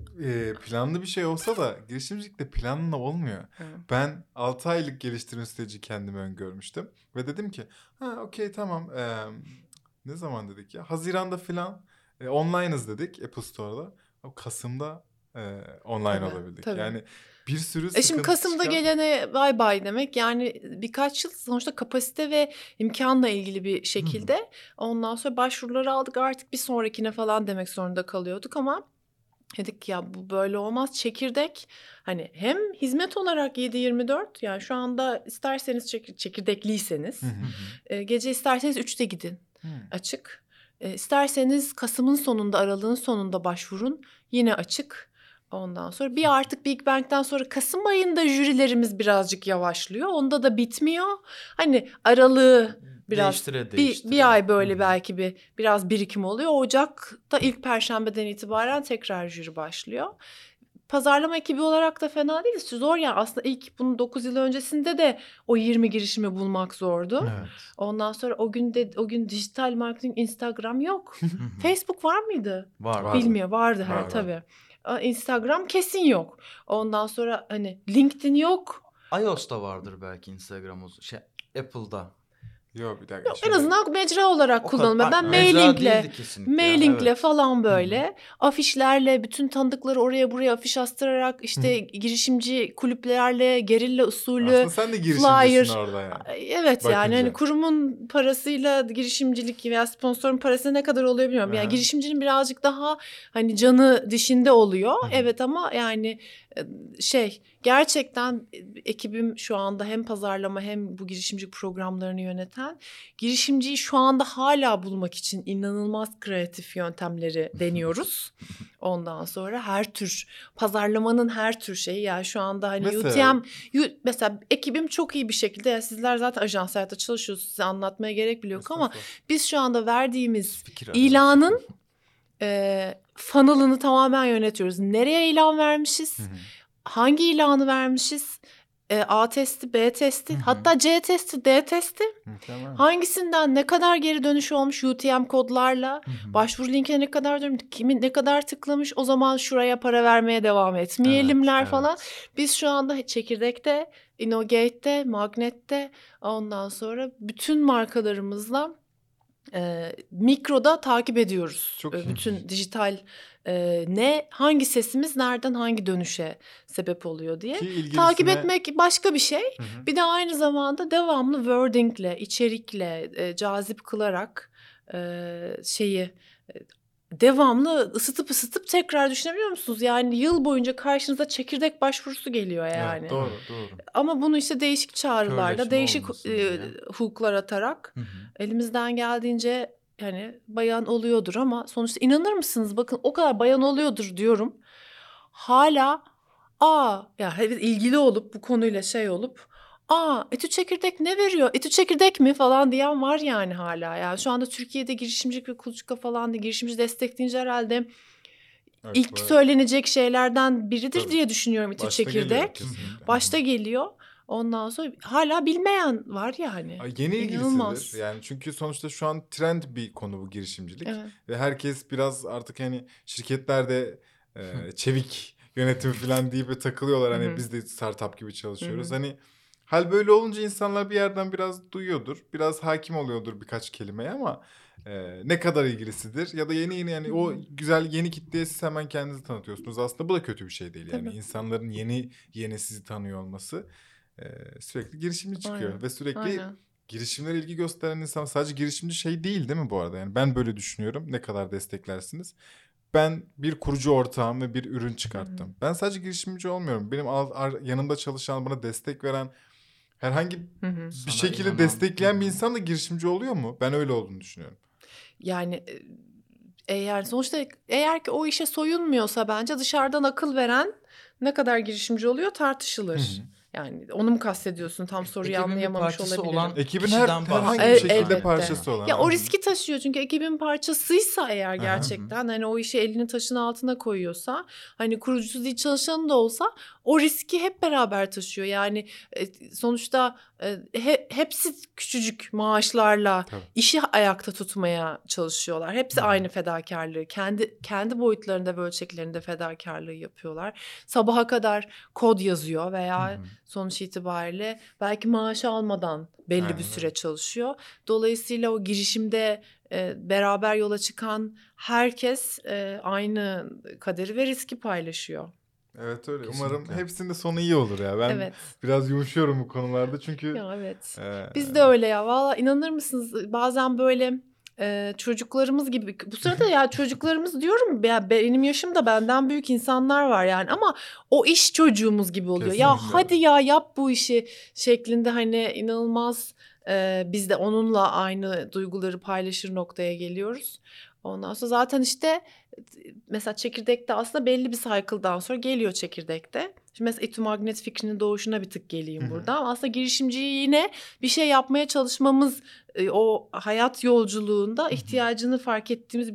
[SPEAKER 1] planlı bir şey olsa da girişimcilikte planlı olmuyor.
[SPEAKER 3] Hı.
[SPEAKER 1] Ben 6 aylık geliştirme süreci kendime öngörmüştüm. Ve dedim ki okey tamam ne zaman dedik ya? Haziran'da falan online'ız dedik Apple Store'da. O Kasım'da online
[SPEAKER 3] Tabii,
[SPEAKER 1] olabildik.
[SPEAKER 3] tabii.
[SPEAKER 1] Yani bir sürü
[SPEAKER 3] Şimdi
[SPEAKER 1] sıkıntı
[SPEAKER 3] Kasım'da
[SPEAKER 1] çıkan...
[SPEAKER 3] gelene bay bay demek yani birkaç yıl sonuçta kapasite ve imkanla ilgili bir şekilde ondan sonra başvuruları aldık artık bir sonrakine falan demek zorunda kalıyorduk ama dedik ya bu böyle olmaz çekirdek hani hem hizmet olarak 7/24 yani şu anda isterseniz çekirdekliyseniz
[SPEAKER 1] Hı hı.
[SPEAKER 3] gece isterseniz 3'te gidin
[SPEAKER 1] Hı.
[SPEAKER 3] açık. İsterseniz Kasım'ın sonunda aralığın sonunda başvurun yine açık. Ondan sonra bir artık Big Bang'den sonra Kasım ayında jürilerimiz birazcık yavaşlıyor. Onda da bitmiyor. Hani aralığı biraz
[SPEAKER 2] Değiştire.
[SPEAKER 3] bir ay böyle
[SPEAKER 2] Hı hı.
[SPEAKER 3] belki biraz birikim oluyor. Ocak'ta ilk perşembeden itibaren tekrar jüri başlıyor. Pazarlama ekibi olarak da fena değil. Zor yani aslında ilk bunun 9 yıl öncesinde de o 20 girişimi bulmak zordu.
[SPEAKER 2] Evet.
[SPEAKER 3] Ondan sonra o gün dijital marketing Instagram yok.
[SPEAKER 2] Hı hı.
[SPEAKER 3] Facebook var mıydı?
[SPEAKER 2] Var.
[SPEAKER 1] Vardı.
[SPEAKER 3] Bilmiyor vardı
[SPEAKER 1] Var,
[SPEAKER 3] her tabii. Instagram kesin yok. Ondan sonra hani LinkedIn yok.
[SPEAKER 2] iOS'ta vardır belki Instagram Apple'da.
[SPEAKER 1] Yok bir dakika.
[SPEAKER 3] Yok, en azından mecra olarak
[SPEAKER 2] O
[SPEAKER 3] kullanılmıyor.
[SPEAKER 2] kadar-
[SPEAKER 3] Ben
[SPEAKER 2] mecra
[SPEAKER 3] mailingle
[SPEAKER 2] değildi kesinlikle.
[SPEAKER 3] mailingle
[SPEAKER 2] Evet.
[SPEAKER 3] falan böyle afişlerle bütün tanıdıkları oraya buraya afiş astırarak işte girişimci kulüplerle gerilla usulü
[SPEAKER 1] Aslında sen de girişimcisin
[SPEAKER 3] flyer.
[SPEAKER 1] orada yani.
[SPEAKER 3] Evet yani
[SPEAKER 1] Bakınca.
[SPEAKER 3] hani kurumun parasıyla girişimcilik veya sponsorun parası ne kadar oluyor bilmiyorum.
[SPEAKER 1] Aha.
[SPEAKER 3] Yani girişimcinin birazcık daha hani canı dişinde oluyor.
[SPEAKER 2] Hı hı.
[SPEAKER 3] Evet ama yani gerçekten ekibim şu anda hem pazarlama hem bu girişimcilik programlarını yöneten girişimciyi şu anda hala bulmak için inanılmaz kreatif yöntemleri deniyoruz. Ondan sonra her tür pazarlamanın her tür şeyi yani şu anda hani
[SPEAKER 1] Mesela?
[SPEAKER 3] mesela ekibim çok iyi bir şekilde ya sizler zaten ajans hayatta çalışıyorsunuz size anlatmaya gerek bile yok ama biz şu anda verdiğimiz
[SPEAKER 2] Fikir
[SPEAKER 3] ilanın funnel'ını tamamen yönetiyoruz. Nereye ilan vermişiz?
[SPEAKER 1] Hı hı.
[SPEAKER 3] Hangi ilanı vermişiz? A testi, B testi,
[SPEAKER 2] Hı hı.
[SPEAKER 3] hatta C testi, D testi.
[SPEAKER 1] Mükemmel.
[SPEAKER 3] Hangisinden ne kadar geri dönüş olmuş UTM kodlarla?
[SPEAKER 2] Hı hı.
[SPEAKER 3] Başvuru linkine ne kadar dönmüş? Kimin ne kadar tıklamış? O zaman şuraya para vermeye devam etmeyelimler
[SPEAKER 2] Evet,
[SPEAKER 3] falan.
[SPEAKER 2] evet.
[SPEAKER 3] Biz şu anda çekirdekte, Innogate'de, Magnet'te ondan sonra bütün markalarımızla mikroda takip ediyoruz.
[SPEAKER 1] Çok iyi.
[SPEAKER 3] Bütün dijital hangi sesimiz nereden hangi dönüşe sebep oluyor diye.
[SPEAKER 1] Ki ilgilisine...
[SPEAKER 3] Takip etmek başka bir şey.
[SPEAKER 1] Hı hı.
[SPEAKER 3] Bir de aynı zamanda devamlı wordingle, içerikle cazip kılarak şeyi devamlı ısıtıp tekrar düşünebiliyor musunuz? Yani yıl boyunca karşınıza çekirdek başvurusu geliyor yani.
[SPEAKER 1] Evet, doğru.
[SPEAKER 3] Ama bunu işte değişik çağrılarla,
[SPEAKER 2] Körleşme
[SPEAKER 3] değişik
[SPEAKER 2] olmasın diye.
[SPEAKER 3] hukuklar atarak
[SPEAKER 2] Hı hı.
[SPEAKER 3] elimizden geldiğince yani bayan oluyordur ama sonuçta inanır mısınız? Bakın o kadar bayan oluyordur diyorum. Hala ya evet, ilgili olup bu konuyla şey olup etü çekirdek ne veriyor? Etü çekirdek mi falan diyen var yani hala. Yani şu anda Türkiye'de girişimcilik ve kuluçka falan diye girişimci destekleyince herhalde ilk söylenecek şeylerden biridir
[SPEAKER 1] Tabii.
[SPEAKER 3] diye düşünüyorum etü
[SPEAKER 1] Başta geliyor
[SPEAKER 3] çekirdek.
[SPEAKER 1] kesinlikle.
[SPEAKER 3] Başta geliyor. Ondan sonra hala bilmeyen var yani.
[SPEAKER 1] Yeni
[SPEAKER 3] İnanılmaz.
[SPEAKER 1] ilgilisidir. Yani çünkü sonuçta şu an trend bir konu bu girişimcilik.
[SPEAKER 3] Evet.
[SPEAKER 1] Ve herkes biraz artık hani şirketlerde çevik yönetim falan deyip takılıyorlar. Hani biz de startup gibi çalışıyoruz. Hani hal böyle olunca insanlar bir yerden biraz duyuyordur. Biraz hakim oluyordur birkaç kelimeye ama ne kadar ilgilisidir ya da yeni yani o güzel yeni kitleye siz hemen kendinizi tanıtıyorsunuz. Aslında bu da kötü bir şey değil yani.
[SPEAKER 3] Tabii.
[SPEAKER 1] İnsanların yeni sizi tanıyor olması sürekli girişimci çıkıyor
[SPEAKER 3] Aynen.
[SPEAKER 1] ve sürekli
[SPEAKER 3] Aynen.
[SPEAKER 1] girişimlere ilgi gösteren insan sadece girişimci şey değil mi bu arada? Yani ben böyle düşünüyorum. Ne kadar desteklersiniz? Ben bir kurucu ortağım ve bir ürün çıkarttım. Ben sadece girişimci olmuyorum. Benim yanımda çalışan, bana destek veren, herhangi bir
[SPEAKER 2] Sana
[SPEAKER 1] şekilde
[SPEAKER 2] inanan.
[SPEAKER 1] destekleyen bir insan da girişimci oluyor mu? Ben öyle olduğunu düşünüyorum.
[SPEAKER 3] Yani eğer ki o işe soyunmuyorsa bence dışarıdan akıl veren ne kadar girişimci oluyor tartışılır. Yani onu mu kastediyorsun? Tam soruyu
[SPEAKER 2] Ekibin bir
[SPEAKER 3] anlayamamış
[SPEAKER 2] parçası
[SPEAKER 3] olabilirim.
[SPEAKER 2] olan
[SPEAKER 1] Ekibin
[SPEAKER 2] kişiden
[SPEAKER 1] herhangi
[SPEAKER 2] bahsediyor.
[SPEAKER 1] bir şekilde
[SPEAKER 3] Elbette.
[SPEAKER 1] parçası olan.
[SPEAKER 3] Ya o riski taşıyor çünkü ekibin parçasıysa eğer gerçekten hani o işi elini taşın altına koyuyorsa hani kurucusu değil çalışanı da olsa o riski hep beraber taşıyor. Yani sonuçta hepsi küçücük maaşlarla işi ayakta tutmaya çalışıyorlar. Hepsi aynı fedakarlığı kendi boyutlarında ve ölçeklerinde fedakarlığı yapıyorlar. Sabaha kadar kod yazıyor veya sonuç itibariyle belki maaş almadan belli bir süre çalışıyor. Dolayısıyla o girişimde beraber yola çıkan herkes aynı kaderi ve riski paylaşıyor.
[SPEAKER 1] Evet öyle.
[SPEAKER 2] Kesinlikle.
[SPEAKER 1] Umarım hepsinde sonu iyi olur ya. Ben biraz yumuşuyorum bu konularda çünkü.
[SPEAKER 3] Ya evet. Biz de öyle ya. Valla inanır mısınız? Bazen böyle çocuklarımız gibi. Bu sırada ya çocuklarımız diyorum ya benim yaşımda benden büyük insanlar var yani ama o iş çocuğumuz gibi oluyor.
[SPEAKER 1] Kesinlikle.
[SPEAKER 3] Ya hadi ya yap bu işi şeklinde hani inanılmaz biz de onunla aynı duyguları paylaşır noktaya geliyoruz. Ondan sonra zaten işte mesela çekirdekte aslında belli bir cycle'dan sonra geliyor çekirdekte. Şimdi mesela etü magnet fikrinin doğuşuna bir tık geleyim burada. Ama aslında girişimciyi yine bir şey yapmaya çalışmamız o hayat yolculuğunda ihtiyacını fark ettiğimiz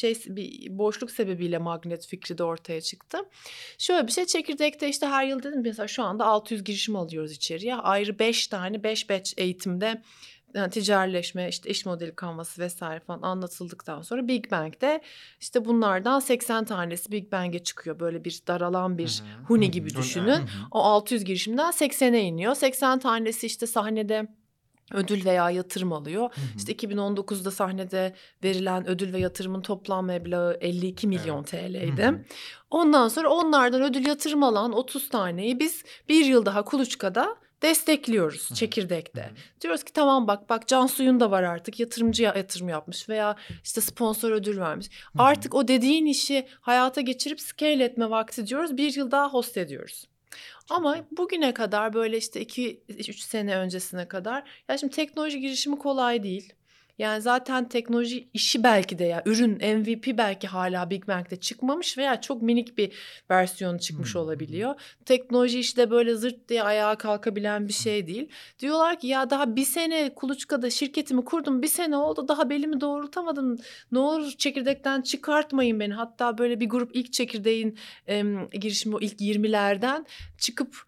[SPEAKER 3] bir boşluk sebebiyle magnet fikri de ortaya çıktı. Şöyle bir şey çekirdekte işte her yıl dedim mesela şu anda 600 girişim alıyoruz içeriye. Ayrı 5 batch eğitimde yani ticarileşme, işte iş modeli kanvası vesaire falan anlatıldıktan sonra Big Bang'de işte bunlardan 80 tanesi Big Bang'e çıkıyor. Böyle bir daralan bir huni gibi düşünün. O 600 girişimden 80'e iniyor. 80 tanesi işte sahnede ödül veya yatırım alıyor. İşte 2019'da sahnede verilen ödül ve yatırımın toplam meblağı 52 milyon TL'ydi. Ondan sonra onlardan ödül yatırım alan 30 taneyi biz bir yıl daha Kuluçka'da destekliyoruz çekirdekte. Diyoruz ki tamam bak Cansu'yun da var artık yatırımcıya yatırım yapmış veya işte sponsor ödül vermiş. Artık o dediğin işi hayata geçirip scale etme vakti diyoruz. Bir yıl daha host ediyoruz. Ama bugüne kadar böyle işte 2-3 sene öncesine kadar ya şimdi teknoloji girişimi kolay değil. Yani zaten teknoloji işi belki de ya ürün MVP belki hala Big Bang'de çıkmamış veya çok minik bir versiyonu çıkmış olabiliyor. Teknoloji işi de böyle zırt diye ayağa kalkabilen bir şey değil. Diyorlar ki ya daha bir sene Kuluçka'da şirketimi kurdum, bir sene oldu daha belimi doğrultamadım. Ne olur çekirdekten çıkartmayın beni. Hatta böyle bir grup ilk çekirdeğin girişimi o ilk 20'lerden çıkıp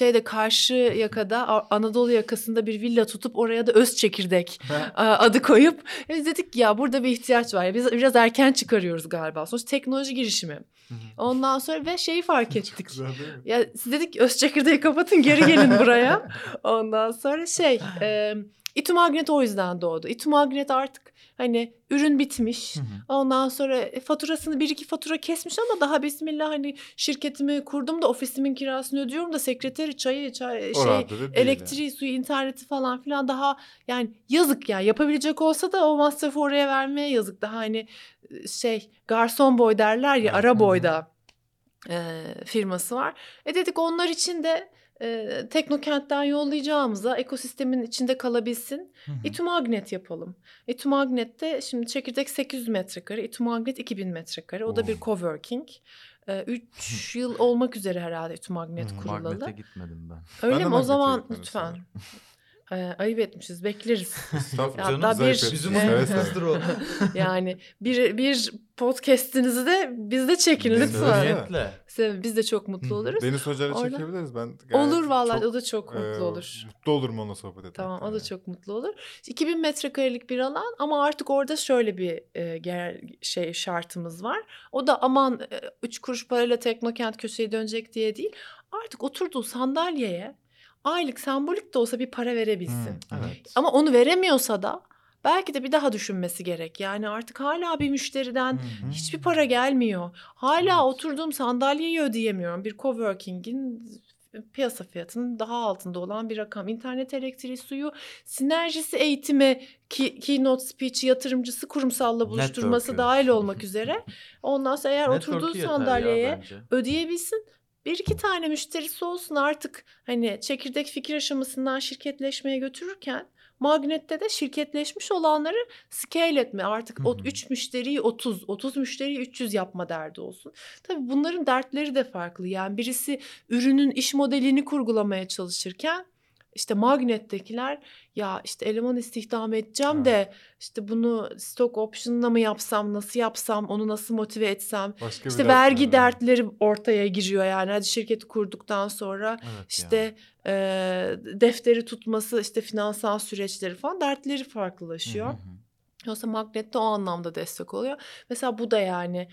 [SPEAKER 3] karşı yakada Anadolu yakasında bir villa tutup oraya da Öz Çekirdek adı koyup biz dedik ya burada bir ihtiyaç var. Biz biraz erken çıkarıyoruz galiba. Sonuçta teknoloji girişimi. Ondan sonra ve şeyi fark ettik. Ya siz dedik Öz Çekirdeği kapatın geri gelin buraya. Ondan sonra İTÜ Magnet o yüzden doğdu. İTÜ Magnet artık hani ürün bitmiş. Ondan sonra faturasını 1-2 fatura kesmiş ama daha bismillah hani şirketimi kurdum da ofisimin kirasını ödüyorum da sekreteri, çayı, elektriği, suyu, interneti falan filan daha yani yazık ya. Yapabilecek olsa da o masrafı oraya vermeye yazık. Daha hani garson boy derler ya, ara boyda firması var. Dedik onlar için de Teknokent'ten yollayacağımıza ekosistemin içinde kalabilsin. İTÜ Magnet yapalım. İTÜ Magnet'te şimdi çekirdek 800 metrekare, İTÜ Magnet 2000 metrekare. O da bir coworking. 3 yıl olmak üzere herhalde İTÜ Magnet kurulalı.
[SPEAKER 2] Magnet'e gitmedim ben.
[SPEAKER 3] Öyle
[SPEAKER 1] Ben de
[SPEAKER 3] mi? O zaman
[SPEAKER 1] Magnet'e
[SPEAKER 3] lütfen. Ayıp etmişiz. Bekleriz.
[SPEAKER 1] Canım
[SPEAKER 2] Bizim uzmanımızdır o.
[SPEAKER 3] Yani bir podcast'inizi de bizde çekin lütfen. Biz de çok mutlu oluruz.
[SPEAKER 1] Deniz Hoca'yla çekebiliriz.
[SPEAKER 3] Olur vallahi, o da çok mutlu olur.
[SPEAKER 1] Mutlu olurum onunla sohbet etmekten.
[SPEAKER 3] Tamam, o da çok mutlu olur. 2000 metrekarelik bir alan ama artık orada şöyle bir şartımız var. O da aman 3 kuruş parayla Teknokent köşeyi dönecek diye değil. Artık oturduğu sandalyeye aylık sembolik de olsa bir para verebilsin.
[SPEAKER 2] Evet.
[SPEAKER 3] Ama onu veremiyorsa da belki de bir daha düşünmesi gerek. Yani artık hala bir müşteriden hiçbir para gelmiyor. Hala oturduğum sandalyeyi ödeyemiyorum. Bir coworking'in piyasa fiyatının daha altında olan bir rakam. İnternet, elektriği, suyu, sinerjisi, eğitimi, keynote speech'i, yatırımcısı, kurumsalla buluşturması dahil olmak üzere. Ondan sonra eğer oturduğu sandalyeye ödeyebilsin. 1-2 tane müşterisi olsun artık, hani çekirdek fikir aşamasından şirketleşmeye götürürken Magnet'te de şirketleşmiş olanları scale etme. Artık 3 müşteriyi 30 müşteriyi 300 yapma derdi olsun. Tabii bunların dertleri de farklı. Yani birisi ürünün iş modelini kurgulamaya çalışırken işte Magnet'tekiler ya işte eleman istihdam edeceğim de işte bunu stock option'la mı yapsam, nasıl yapsam, onu nasıl motive etsem. İşte vergi dertleri ortaya giriyor yani. Hadi şirketi kurduktan sonra defteri tutması, işte finansal süreçleri falan, dertleri farklılaşıyor. Yoksa Magnet'te o anlamda destek oluyor. Mesela bu da yani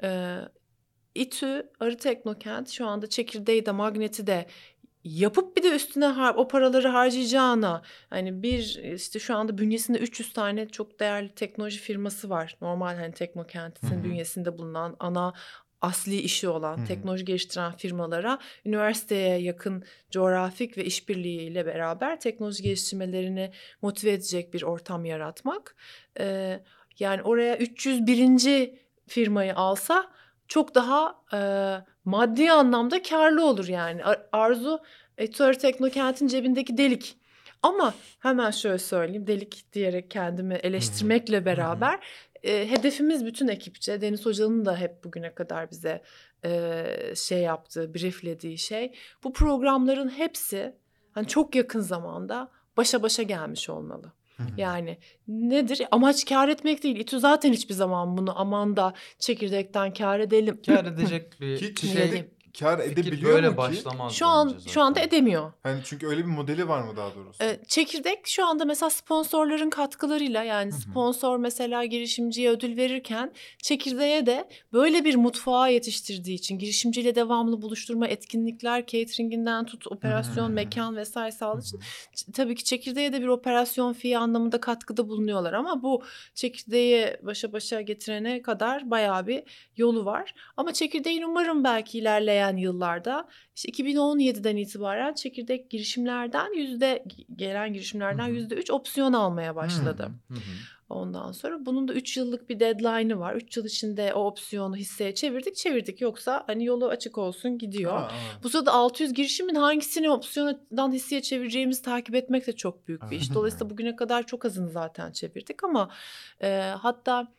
[SPEAKER 3] İTÜ, Arı Teknokent şu anda çekirdeği de Magnet'i de yapıp bir de üstüne o paraları harcayacağına, hani işte şu anda bünyesinde 300 tane çok değerli teknoloji firması var. Normal hani Teknokent'in bünyesinde bulunan ana asli işi olan teknoloji geliştiren firmalara üniversiteye yakın coğrafik ve işbirliğiyle beraber teknoloji geliştirmelerini motive edecek bir ortam yaratmak. Yani oraya 301. firmayı alsa çok daha maddi anlamda karlı olur yani. Arzu Arı Teknokent'in cebindeki delik. Ama hemen şöyle söyleyeyim, delik diyerek kendimi eleştirmekle beraber hedefimiz bütün ekipçe, Deniz Hoca'nın da hep bugüne kadar bize yaptığı, brieflediği şey, bu programların hepsi hani çok yakın zamanda başa başa gelmiş olmalı. Yani nedir? Amaç kar etmek değil. İTÜ zaten hiçbir zaman bunu aman da çekirdekten kar edelim.
[SPEAKER 2] Kar edecek bir
[SPEAKER 1] kar edebiliyor
[SPEAKER 2] böyle
[SPEAKER 1] mu ki?
[SPEAKER 2] başlamaz
[SPEAKER 3] Şu anda edemiyor.
[SPEAKER 1] Hani çünkü öyle bir modeli var mı daha doğrusu?
[SPEAKER 3] Çekirdek şu anda mesela sponsorların katkılarıyla, yani sponsor mesela girişimciye ödül verirken çekirdeğe de böyle bir mutfağı yetiştirdiği için girişimciyle devamlı buluşturma, etkinlikler, cateringinden tut, operasyon, mekan vesaire sağladığı için tabii ki çekirdeğe de bir operasyon fee anlamında katkıda bulunuyorlar ama bu çekirdeği başa başa getirene kadar bayağı bir yolu var. Ama çekirdeğin umarım belki ilerleyen yıllarda, işte 2017'den itibaren çekirdek girişimlerden gelen girişimlerden %3 opsiyon almaya başladı. Ondan sonra bunun da 3 yıllık bir deadline'ı var. 3 yıl içinde o opsiyonu hisseye çevirdik. Yoksa hani yolu açık olsun gidiyor. Bu sırada 600 girişimin hangisini opsiyondan hisseye çevireceğimizi takip etmek de çok büyük bir iş. Dolayısıyla bugüne kadar çok azını zaten çevirdik ama hatta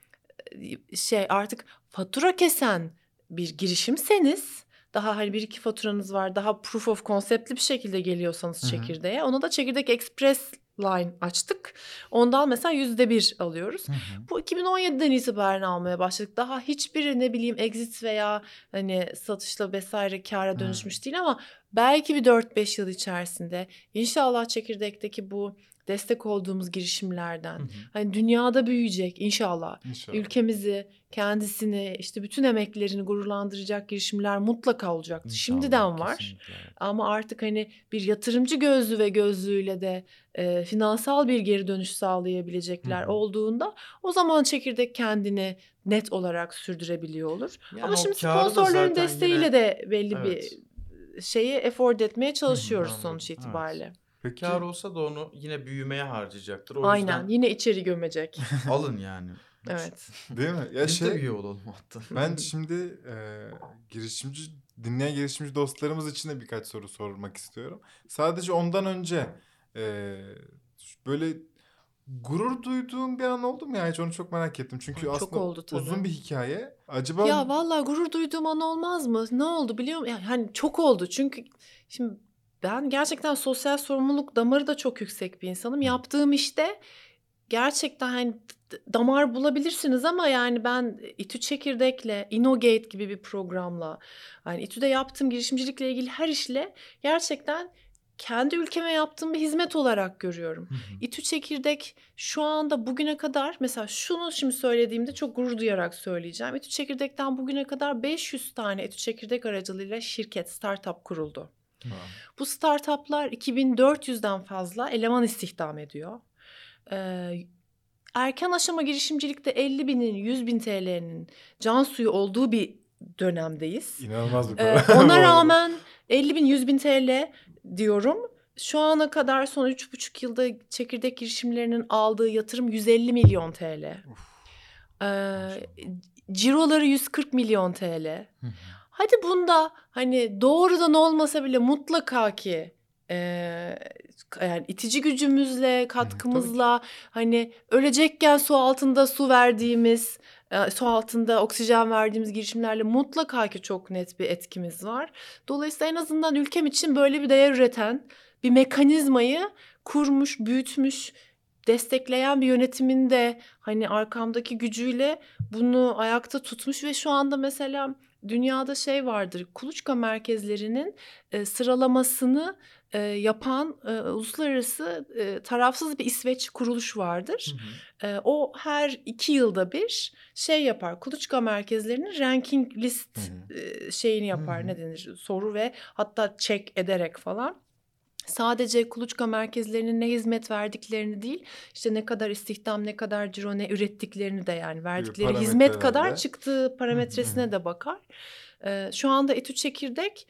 [SPEAKER 3] artık fatura kesen bir girişimseniz, daha hani 1-2 faturanız var, daha proof of concept'li bir şekilde geliyorsanız çekirdeğe, ona da Çekirdek Express Line açtık. Ondan mesela %1 alıyoruz. Bu 2017'den itibaren almaya başladık. Daha hiçbiri ne bileyim exit veya hani satışla vesaire kâra dönüşmüş değil ama belki bir 4-5 yıl içerisinde inşallah çekirdekteki bu destek olduğumuz girişimlerden. Hani dünyada büyüyecek inşallah. Ülkemizi, kendisini, işte bütün emeklerini gururlandıracak girişimler mutlaka olacaktır.
[SPEAKER 2] İnşallah,
[SPEAKER 3] Şimdiden var.
[SPEAKER 2] kesinlikle.
[SPEAKER 3] Ama artık hani bir yatırımcı gözlü ve gözlüğüyle de finansal bir geri dönüş sağlayabilecekler olduğunda o zaman çekirdek kendini net olarak sürdürebiliyor olur.
[SPEAKER 2] Yani
[SPEAKER 3] Ama
[SPEAKER 2] o
[SPEAKER 3] şimdi
[SPEAKER 2] kârı da
[SPEAKER 3] sponsorların
[SPEAKER 2] zaten
[SPEAKER 3] desteğiyle
[SPEAKER 2] yine-
[SPEAKER 3] de belli
[SPEAKER 2] Evet.
[SPEAKER 3] bir şeyi afford etmeye çalışıyoruz
[SPEAKER 2] Anladım,
[SPEAKER 3] sonuç itibariyle.
[SPEAKER 1] Peki
[SPEAKER 2] Kâr olsa da onu yine büyümeye harcayacaktır. O
[SPEAKER 3] Aynen,
[SPEAKER 2] yüzden
[SPEAKER 3] yine içeri gömecek.
[SPEAKER 2] alın yani.
[SPEAKER 3] Evet.
[SPEAKER 1] değil mi? Ya
[SPEAKER 2] Biz de üye olalım hatta.
[SPEAKER 1] ben şimdi dinleyen girişimci dostlarımız için de birkaç soru sormak istiyorum. Sadece ondan önce böyle gurur duyduğun bir an oldu mu ya? Hiç onu çok merak ettim. Çünkü
[SPEAKER 3] Çok
[SPEAKER 1] aslında
[SPEAKER 3] oldu tabii.
[SPEAKER 1] uzun bir hikaye. Acaba
[SPEAKER 3] Ya vallahi gurur duyduğum an olmaz mı? Ne oldu biliyor musun? Yani hani çok oldu. Çünkü şimdi ben gerçekten sosyal sorumluluk damarı da çok yüksek bir insanım. Yaptığım işte gerçekten hani damar bulabilirsiniz ama yani ben İTÜ Çekirdek'le, Innogate gibi bir programla, yani İTÜ'de yaptığım girişimcilikle ilgili her işle gerçekten kendi ülkeme yaptığım bir hizmet olarak görüyorum. İTÜ Çekirdek şu anda bugüne kadar mesela şunu şimdi söylediğimde çok gurur duyarak söyleyeceğim. İTÜ Çekirdek'ten bugüne kadar 500 tane İTÜ Çekirdek aracılığıyla şirket, startup kuruldu. Bu startuplar 2400'den fazla eleman istihdam ediyor. Erken aşama girişimcilikte 50 binin, 100 bin TL'nin can suyu olduğu bir dönemdeyiz.
[SPEAKER 1] İnanılmaz bir para. Bu
[SPEAKER 3] Ona
[SPEAKER 1] arada.
[SPEAKER 3] rağmen 50 bin, 100 bin TL diyorum. Şu ana kadar son 3,5 yılda çekirdek girişimlerinin aldığı yatırım 150 milyon TL. Ciroları 140 milyon TL. Hadi bunda hani doğrudan olmasa bile mutlaka ki yani itici gücümüzle, katkımızla hani ölecekken su altında su verdiğimiz, su altında oksijen verdiğimiz girişimlerle mutlaka ki çok net bir etkimiz var. Dolayısıyla en azından ülkem için böyle bir değer üreten bir mekanizmayı kurmuş, büyütmüş, destekleyen bir yönetimin de hani arkamdaki gücüyle bunu ayakta tutmuş ve şu anda mesela dünyada şey vardır, kuluçka merkezlerinin sıralamasını yapan uluslararası tarafsız bir İsveç kuruluş vardır. O her 2 yılda bir şey yapar, kuluçka merkezlerinin ranking list şeyini yapar, ne denir, soru ve hatta check ederek falan. Sadece kuluçka merkezlerinin ne hizmet verdiklerini değil, işte ne kadar istihdam, ne kadar ciro, ne ürettiklerini de yani verdikleri hizmet kadar çıktığı parametresine de bakar. Şu anda İTÜ Çekirdek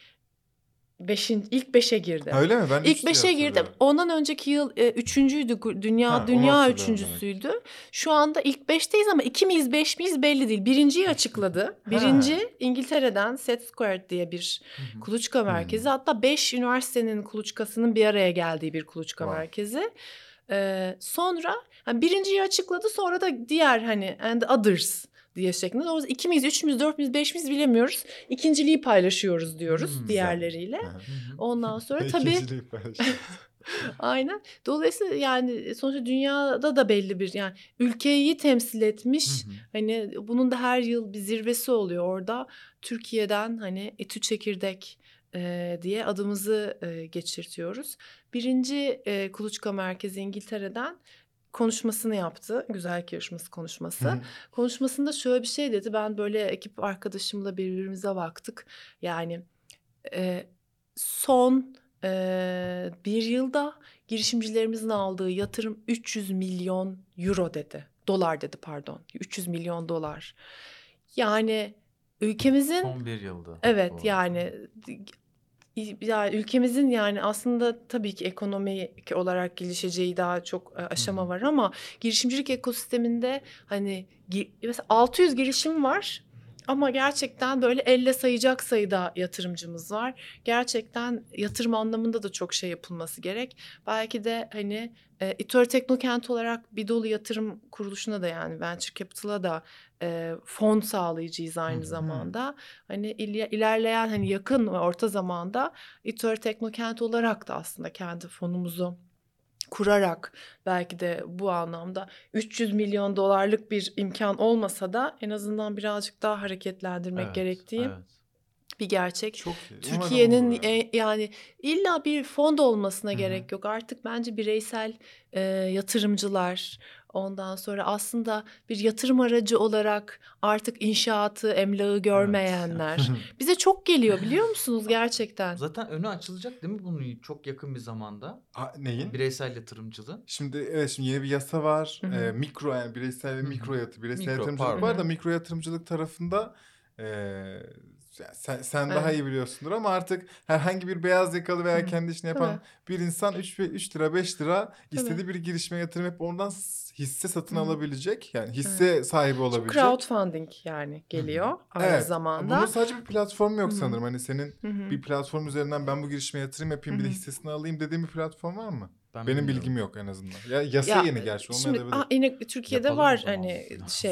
[SPEAKER 3] ilk 5'e girdi.
[SPEAKER 1] Öyle mi? Ben
[SPEAKER 3] İlk 5'e girdi. Ondan önceki yıl 3.'üydü. Dünya 3.'süydü. Şu anda ilk 5'teyiz ama 2 miyiz 5 miyiz belli değil. Birinciyi açıkladı. Birinci İngiltere'den Set Squared diye bir kuluçka merkezi. Hatta 5 üniversitenin kuluçkasının bir araya geldiği bir kuluçka merkezi. Sonra yani birinciyi açıkladı, sonra da diğer hani and others diye şeklinde. O 2 miyiz, 3 müyüz, 4 müyüz, 5 miyiz bilemiyoruz. İkinciliği paylaşıyoruz diyoruz diğerleriyle. Ondan sonra tabii aynen. Dolayısıyla yani sonuçta dünyada da belli bir yani ülkeyi temsil etmiş. Hani bunun da her yıl bir zirvesi oluyor orada. Türkiye'den hani İTÜ Çekirdek diye adımızı geçirtiyoruz. Birinci kuluçka merkezi İngiltere'den konuşmasını yaptı. Güzellik yarışması konuşması. Konuşmasında şöyle bir şey dedi. Ben böyle ekip arkadaşımla birbirimize baktık. Yani son bir yılda girişimcilerimizin aldığı yatırım 300 milyon euro dedi. Dolar dedi pardon. 300 milyon dolar. Yani ülkemizin...
[SPEAKER 2] Son bir yılda.
[SPEAKER 3] Evet yani ülkemizin yani aslında tabii ki ekonomik olarak gelişeceği daha çok aşama var ama girişimcilik ekosisteminde hani mesela 600 girişim var ama gerçekten böyle elle sayacak sayıda yatırımcımız var. Gerçekten yatırım anlamında da çok şey yapılması gerek. Belki de hani İTÜ Teknokent olarak bir dolu yatırım kuruluşuna da yani Venture Capital'a da fon sağlayıcıyız aynı zamanda. Hani ilerleyen hani yakın ve orta zamanda İTÜ Teknokent olarak da aslında kendi fonumuzu kurarak belki de bu anlamda 300 milyon dolarlık bir imkan olmasa da en azından birazcık daha hareketlendirmek gerektiği bir gerçek.
[SPEAKER 1] Çok iyi.
[SPEAKER 3] Türkiye'nin
[SPEAKER 1] Umarım olur ya.
[SPEAKER 3] yani illa bir fond olmasına gerek yok. Artık bence bireysel yatırımcılar, ondan sonra aslında bir yatırım aracı olarak artık inşaatı, emlağı görmeyenler. Bize çok geliyor biliyor musunuz gerçekten?
[SPEAKER 2] Zaten önü açılacak değil mi bunun çok yakın bir zamanda?
[SPEAKER 1] Neyin?
[SPEAKER 2] Bireysel yatırımcılığın.
[SPEAKER 1] Şimdi yeni bir yasa var.
[SPEAKER 3] Hı hı.
[SPEAKER 1] Mikro, yani bireysel ve mikro bireysel
[SPEAKER 2] Mikro,
[SPEAKER 1] yatırımcılık
[SPEAKER 2] pardon.
[SPEAKER 1] var da mikro yatırımcılık tarafında sen daha
[SPEAKER 3] Evet.
[SPEAKER 1] iyi biliyorsundur ama artık herhangi bir beyaz yakalı veya
[SPEAKER 3] Hı hı.
[SPEAKER 1] kendi işini yapan bir insan 3 lira 5 lira istediği
[SPEAKER 3] Tabii.
[SPEAKER 1] bir girişime yatırım hep oradan hisse satın
[SPEAKER 3] Hı hı.
[SPEAKER 1] alabilecek. Yani hisse sahibi
[SPEAKER 3] Çok
[SPEAKER 1] olabilecek.
[SPEAKER 3] crowdfunding yani geliyor aynı
[SPEAKER 1] Evet.
[SPEAKER 3] zamanda.
[SPEAKER 1] Bunun sadece bir platformu yok
[SPEAKER 3] Hı hı.
[SPEAKER 1] sanırım. Hani senin
[SPEAKER 3] Hı hı.
[SPEAKER 1] bir platform üzerinden ben bu girişime yatırım yapayım bir de
[SPEAKER 3] Hı hı.
[SPEAKER 1] hissesini alayım dediğin bir platform var mı?
[SPEAKER 2] Ben
[SPEAKER 1] Benim
[SPEAKER 2] bilmiyorum.
[SPEAKER 1] bilgim yok en azından. Ya yasa
[SPEAKER 3] Ya,
[SPEAKER 1] yeni gerçi
[SPEAKER 3] şimdi
[SPEAKER 1] olmayabilir.
[SPEAKER 3] yine Türkiye'de
[SPEAKER 2] Yapalım o
[SPEAKER 3] var
[SPEAKER 2] zaman.
[SPEAKER 3] hani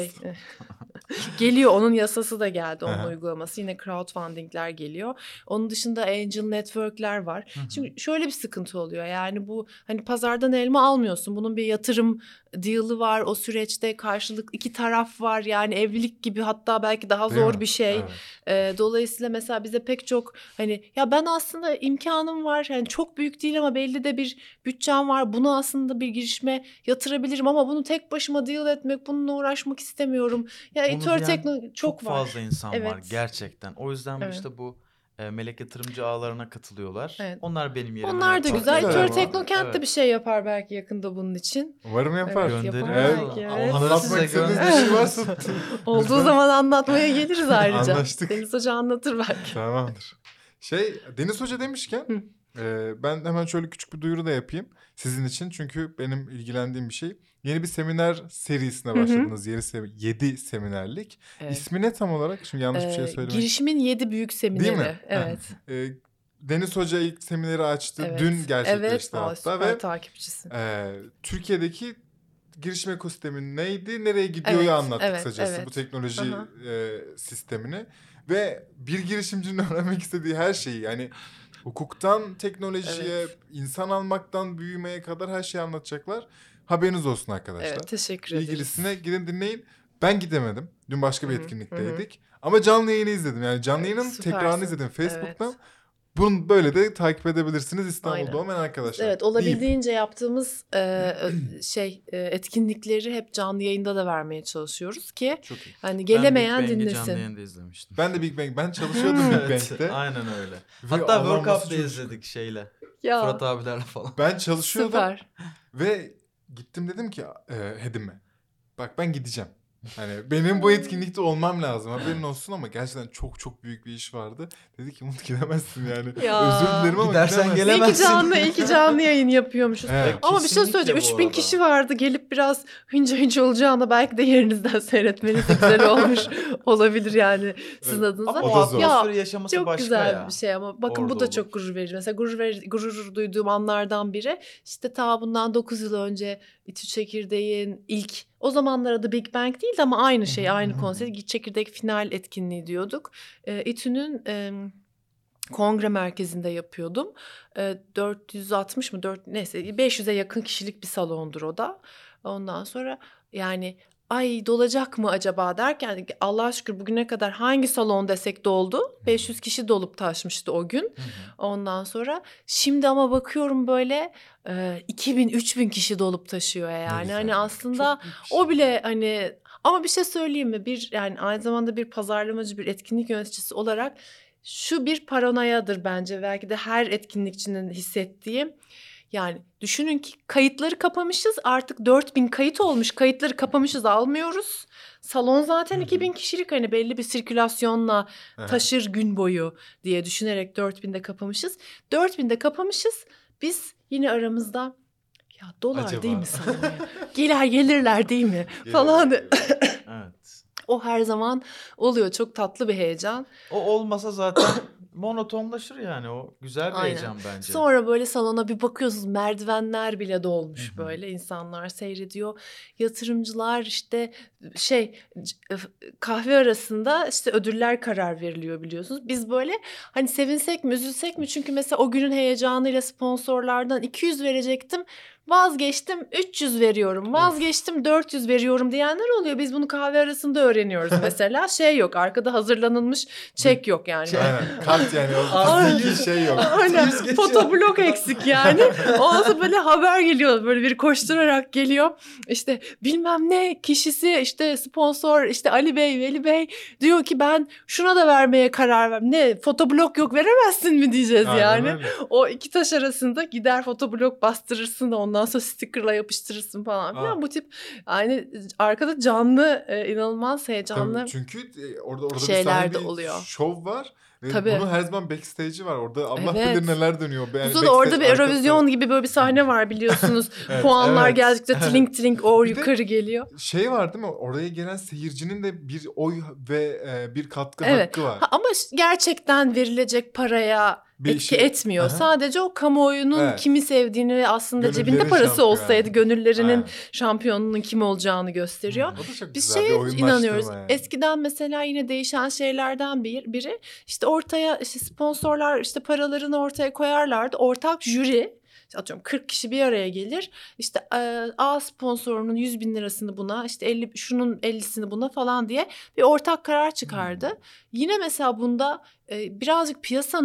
[SPEAKER 3] geliyor, onun yasası da geldi, onun
[SPEAKER 1] Aha.
[SPEAKER 3] uygulaması, yine crowdfundingler geliyor. Onun dışında angel network'ler var. Şimdi şöyle bir sıkıntı oluyor, yani bu hani pazardan elma almıyorsun, bunun bir yatırım deal'ı var, o süreçte karşılık iki taraf var, yani evlilik gibi, hatta belki daha
[SPEAKER 1] Değil
[SPEAKER 3] zor
[SPEAKER 1] mi?
[SPEAKER 3] bir şey.
[SPEAKER 1] Evet.
[SPEAKER 3] Dolayısıyla mesela bize pek çok hani ya ben aslında imkanım var, yani çok büyük değil ama belli de bir bütçem var, bunu aslında bir girişime yatırabilirim ama bunu tek başıma deal etmek, bununla uğraşmak istemiyorum. Ya
[SPEAKER 2] Bunu
[SPEAKER 3] editör
[SPEAKER 2] diyen
[SPEAKER 3] teknoloji
[SPEAKER 2] çok
[SPEAKER 3] var.
[SPEAKER 2] fazla insan var
[SPEAKER 3] Evet.
[SPEAKER 2] gerçekten. O yüzden
[SPEAKER 3] Evet.
[SPEAKER 2] işte bu melek yatırımcı ağlarına katılıyorlar.
[SPEAKER 3] Evet.
[SPEAKER 2] Onlar benim yerime
[SPEAKER 3] Onlar da
[SPEAKER 2] yapar.
[SPEAKER 3] güzel.
[SPEAKER 1] güzel
[SPEAKER 3] Kör
[SPEAKER 1] ama.
[SPEAKER 3] Teknokent de
[SPEAKER 2] Evet.
[SPEAKER 3] bir şey yapar belki yakında bunun için.
[SPEAKER 1] Umarım yapar.
[SPEAKER 3] Evet,
[SPEAKER 2] Gönderin.
[SPEAKER 3] yapar
[SPEAKER 1] Evet.
[SPEAKER 3] belki. Evet.
[SPEAKER 2] Onları
[SPEAKER 1] Anlatmak
[SPEAKER 2] size
[SPEAKER 1] istediğiniz bir
[SPEAKER 2] gönderin.
[SPEAKER 1] şey varsa
[SPEAKER 3] Olduğu
[SPEAKER 1] lütfen.
[SPEAKER 3] zaman anlatmaya geliriz ayrıca.
[SPEAKER 1] Anlaştık.
[SPEAKER 3] Deniz Hoca anlatır belki.
[SPEAKER 1] Tamamdır. Deniz Hoca demişken
[SPEAKER 3] Hı.
[SPEAKER 1] ben hemen şöyle küçük bir duyuru da yapayım sizin için. Çünkü benim ilgilendiğim bir şey. Yeni bir seminer serisine
[SPEAKER 3] Hı hı.
[SPEAKER 1] başladınız. 7 seminerlik.
[SPEAKER 3] Evet.
[SPEAKER 1] İsmi ne tam olarak? Şimdi yanlış bir şey söylemek.
[SPEAKER 3] Girişimin 7 büyük semineri.
[SPEAKER 1] Değil mi?
[SPEAKER 3] Evet.
[SPEAKER 1] Deniz Hoca ilk semineri açtı.
[SPEAKER 3] Evet.
[SPEAKER 1] Dün gerçekleşti
[SPEAKER 3] Evet.
[SPEAKER 1] hatta
[SPEAKER 3] Süper
[SPEAKER 1] ve
[SPEAKER 3] takipçisi.
[SPEAKER 1] Türkiye'deki girişim ekosistemi neydi, nereye gidiyor'yu
[SPEAKER 3] Evet,
[SPEAKER 1] anlattık
[SPEAKER 3] evet,
[SPEAKER 1] kısacası
[SPEAKER 3] evet.
[SPEAKER 1] bu teknoloji
[SPEAKER 3] Aha.
[SPEAKER 1] sistemini ve bir girişimcinin öğrenmek istediği her şeyi, yani hukuktan teknolojiye,
[SPEAKER 3] Evet.
[SPEAKER 1] insan almaktan büyümeye kadar her şeyi anlatacaklar. Haberiniz olsun arkadaşlar.
[SPEAKER 3] Evet, teşekkür ederiz.
[SPEAKER 1] İlgilisine gidin dinleyin. Ben gidemedim. Dün başka bir
[SPEAKER 3] Hı hı,
[SPEAKER 1] etkinlikteydik. Ama canlı yayını izledim. Yani canlı yayının
[SPEAKER 3] Süpersin.
[SPEAKER 1] tekrarını izledim Facebook'tan.
[SPEAKER 3] Evet.
[SPEAKER 1] Bunu böyle de takip edebilirsiniz İstanbul'da
[SPEAKER 3] Aynen.
[SPEAKER 1] olmayan arkadaşlar.
[SPEAKER 3] Evet, olabildiğince yaptığımız etkinlikleri hep canlı yayında da vermeye çalışıyoruz ki
[SPEAKER 2] Çok iyi.
[SPEAKER 3] hani gelemeyen
[SPEAKER 2] Ben Big Bang'i
[SPEAKER 3] dinlesin.
[SPEAKER 2] canlı yayında izlemiştim.
[SPEAKER 1] Ben de Big Bang. Ben çalışıyordum Big
[SPEAKER 2] Evet,
[SPEAKER 1] Bang'te.
[SPEAKER 2] aynen öyle.
[SPEAKER 1] Ve
[SPEAKER 2] Hatta
[SPEAKER 1] Allah'ım
[SPEAKER 2] World
[SPEAKER 1] nasıl
[SPEAKER 2] Cup'ta
[SPEAKER 1] çocuk.
[SPEAKER 2] izledik şeyle.
[SPEAKER 3] Ya,
[SPEAKER 2] Fırat abilerle falan.
[SPEAKER 1] Ben çalışıyordum
[SPEAKER 3] süper.
[SPEAKER 1] ve gittim dedim ki Hedim'e. Bak ben gideceğim. Hani benim bu etkinlikte olmam lazım. Haberin olsun ama gerçekten çok çok büyük bir iş vardı. Dedi ki Umut gidemezsin yani.
[SPEAKER 3] Ya.
[SPEAKER 1] Özür dilerim ama
[SPEAKER 2] Gidersen
[SPEAKER 1] gidemezsin.
[SPEAKER 2] gelemezsin.
[SPEAKER 3] İyi ki canlı yayın yapıyormuşuz.
[SPEAKER 1] Evet.
[SPEAKER 3] Ama bir şey
[SPEAKER 2] Kesinlikle
[SPEAKER 3] söyleyeceğim.
[SPEAKER 2] bu
[SPEAKER 3] 3000
[SPEAKER 2] arada.
[SPEAKER 3] kişi vardı. Gelip biraz hınca olacağına belki de yerinizden seyretmeniz de güzel olmuş olabilir yani sizin
[SPEAKER 1] Evet.
[SPEAKER 3] adınıza.
[SPEAKER 2] Ama
[SPEAKER 1] O
[SPEAKER 2] o
[SPEAKER 1] da zor.
[SPEAKER 2] atmosferi yaşaması
[SPEAKER 3] Çok
[SPEAKER 2] başka
[SPEAKER 3] güzel
[SPEAKER 2] ya.
[SPEAKER 3] bir şey ama bakın
[SPEAKER 2] Orada
[SPEAKER 3] bu da
[SPEAKER 2] olur.
[SPEAKER 3] çok gurur verici. Mesela gurur duyduğum anlardan biri işte ta bundan 9 yıl önce İTÜ Çekirdeğin ilk, o zamanlar adı Big Bang değildi ama aynı şey, aynı konsept. Çekirdek final etkinliği diyorduk. İTÜ'nün kongre merkezinde yapıyordum. 460 mı 500'e yakın kişilik bir salondur o da. Ondan sonra yani ay dolacak mı acaba derken Allah'a şükür bugüne kadar hangi salon desek doldu. 500 kişi dolup taşmıştı o gün. Ondan sonra şimdi ama bakıyorum böyle 2000-3000 kişi dolup taşıyor yani.
[SPEAKER 1] güzel.
[SPEAKER 3] Hani aslında
[SPEAKER 1] Çok büyük bir şey.
[SPEAKER 3] o bile hani, ama bir şey söyleyeyim mi? Yani aynı zamanda bir pazarlamacı, bir etkinlik yöneticisi olarak şu bir paranoyadır bence, belki de her etkinlikçinin hissettiği. Yani düşünün ki kayıtları kapamışız, artık 4000 kayıt olmuş, kayıtları kapamışız, almıyoruz. Salon zaten 2000 kişilik, hani belli bir sirkülasyonla taşır gün boyu diye düşünerek 4000'de kapamışız. 4000'de kapamışız, biz yine aramızda ya dolar
[SPEAKER 1] Acaba?
[SPEAKER 3] değil mi salona? Gelirler değil mi falan.
[SPEAKER 2] Evet.
[SPEAKER 3] O her zaman oluyor, çok tatlı bir heyecan.
[SPEAKER 2] O olmasa zaten monotonlaşır yani, o güzel bir
[SPEAKER 3] Aynen.
[SPEAKER 2] heyecan bence.
[SPEAKER 3] Sonra böyle salona bir bakıyorsunuz, merdivenler bile dolmuş, böyle insanlar seyrediyor. Yatırımcılar işte kahve arasında işte ödüller karar veriliyor biliyorsunuz. Biz böyle hani sevinsek mi üzülsek mi, çünkü mesela o günün heyecanıyla sponsorlardan 200 verecektim. vazgeçtim 300 veriyorum, vazgeçtim 400 veriyorum diyenler oluyor. Biz bunu kahve arasında öğreniyoruz mesela. Şey yok, arkada hazırlanılmış çek yok yani.
[SPEAKER 1] Aynen. Kart yani. O
[SPEAKER 2] Aynen.
[SPEAKER 1] fiziki şey yok.
[SPEAKER 3] Aynen.
[SPEAKER 2] Yüz geçiyor.
[SPEAKER 3] Fotoblok eksik yani. Ondan sonra böyle haber geliyor. Böyle bir koşturarak geliyor. İşte bilmem ne kişisi işte sponsor işte Ali Bey, Veli Bey diyor ki ben şuna da vermeye karar verdim. Ne fotoblok yok veremezsin mi diyeceğiz
[SPEAKER 1] Aynen
[SPEAKER 3] yani.
[SPEAKER 1] öyle.
[SPEAKER 3] O iki taş arasında gider fotoblok bastırırsın da ondan sonra stickerla yapıştırırsın falan filan.
[SPEAKER 1] Aa.
[SPEAKER 3] Bu tip yani arkada canlı inanılmaz heyecanlı.
[SPEAKER 1] Tabii, çünkü orada
[SPEAKER 3] şeyler
[SPEAKER 1] bir sahne
[SPEAKER 3] de
[SPEAKER 1] bir
[SPEAKER 3] oluyor.
[SPEAKER 1] şov var. Ve
[SPEAKER 3] Tabii.
[SPEAKER 1] bunun her zaman backstage'i var. Orada Allah
[SPEAKER 3] Evet.
[SPEAKER 1] bilir neler dönüyor. Yani
[SPEAKER 3] Burada da orada bir
[SPEAKER 1] backstage
[SPEAKER 3] Eurovision gibi böyle bir sahne var biliyorsunuz.
[SPEAKER 1] Evet,
[SPEAKER 3] Puanlar
[SPEAKER 1] evet.
[SPEAKER 3] geldikçe tling tling o
[SPEAKER 1] Bir de
[SPEAKER 3] yukarı geliyor.
[SPEAKER 1] şey var değil mi? Oraya gelen seyircinin de bir oy ve bir katkı
[SPEAKER 3] Evet.
[SPEAKER 1] hakkı var.
[SPEAKER 3] Ama gerçekten verilecek paraya
[SPEAKER 1] Bir
[SPEAKER 3] etki
[SPEAKER 1] şey-
[SPEAKER 3] etmiyor.
[SPEAKER 1] Aha.
[SPEAKER 3] Sadece o kamuoyunun
[SPEAKER 1] Evet.
[SPEAKER 3] kimi sevdiğini ve aslında
[SPEAKER 1] Gönüllerin
[SPEAKER 3] cebinde parası
[SPEAKER 1] şampiyonu.
[SPEAKER 3] olsaydı gönüllerinin
[SPEAKER 1] Aynen.
[SPEAKER 3] şampiyonunun kim olacağını gösteriyor.
[SPEAKER 1] O da çok
[SPEAKER 3] Biz
[SPEAKER 1] güzel bir
[SPEAKER 3] şeye
[SPEAKER 1] oyunlaştırma
[SPEAKER 3] inanıyoruz.
[SPEAKER 1] yani.
[SPEAKER 3] Eskiden mesela yine değişen şeylerden biri işte ortaya işte sponsorlar işte paralarını ortaya koyarlardı. Ortak jüri işte atıyorum 40 kişi bir araya gelir. İşte A sponsorunun 100 bin lirasını buna işte 50 şunun 50'sini buna falan diye bir ortak karar çıkardı. Yine mesela bunda birazcık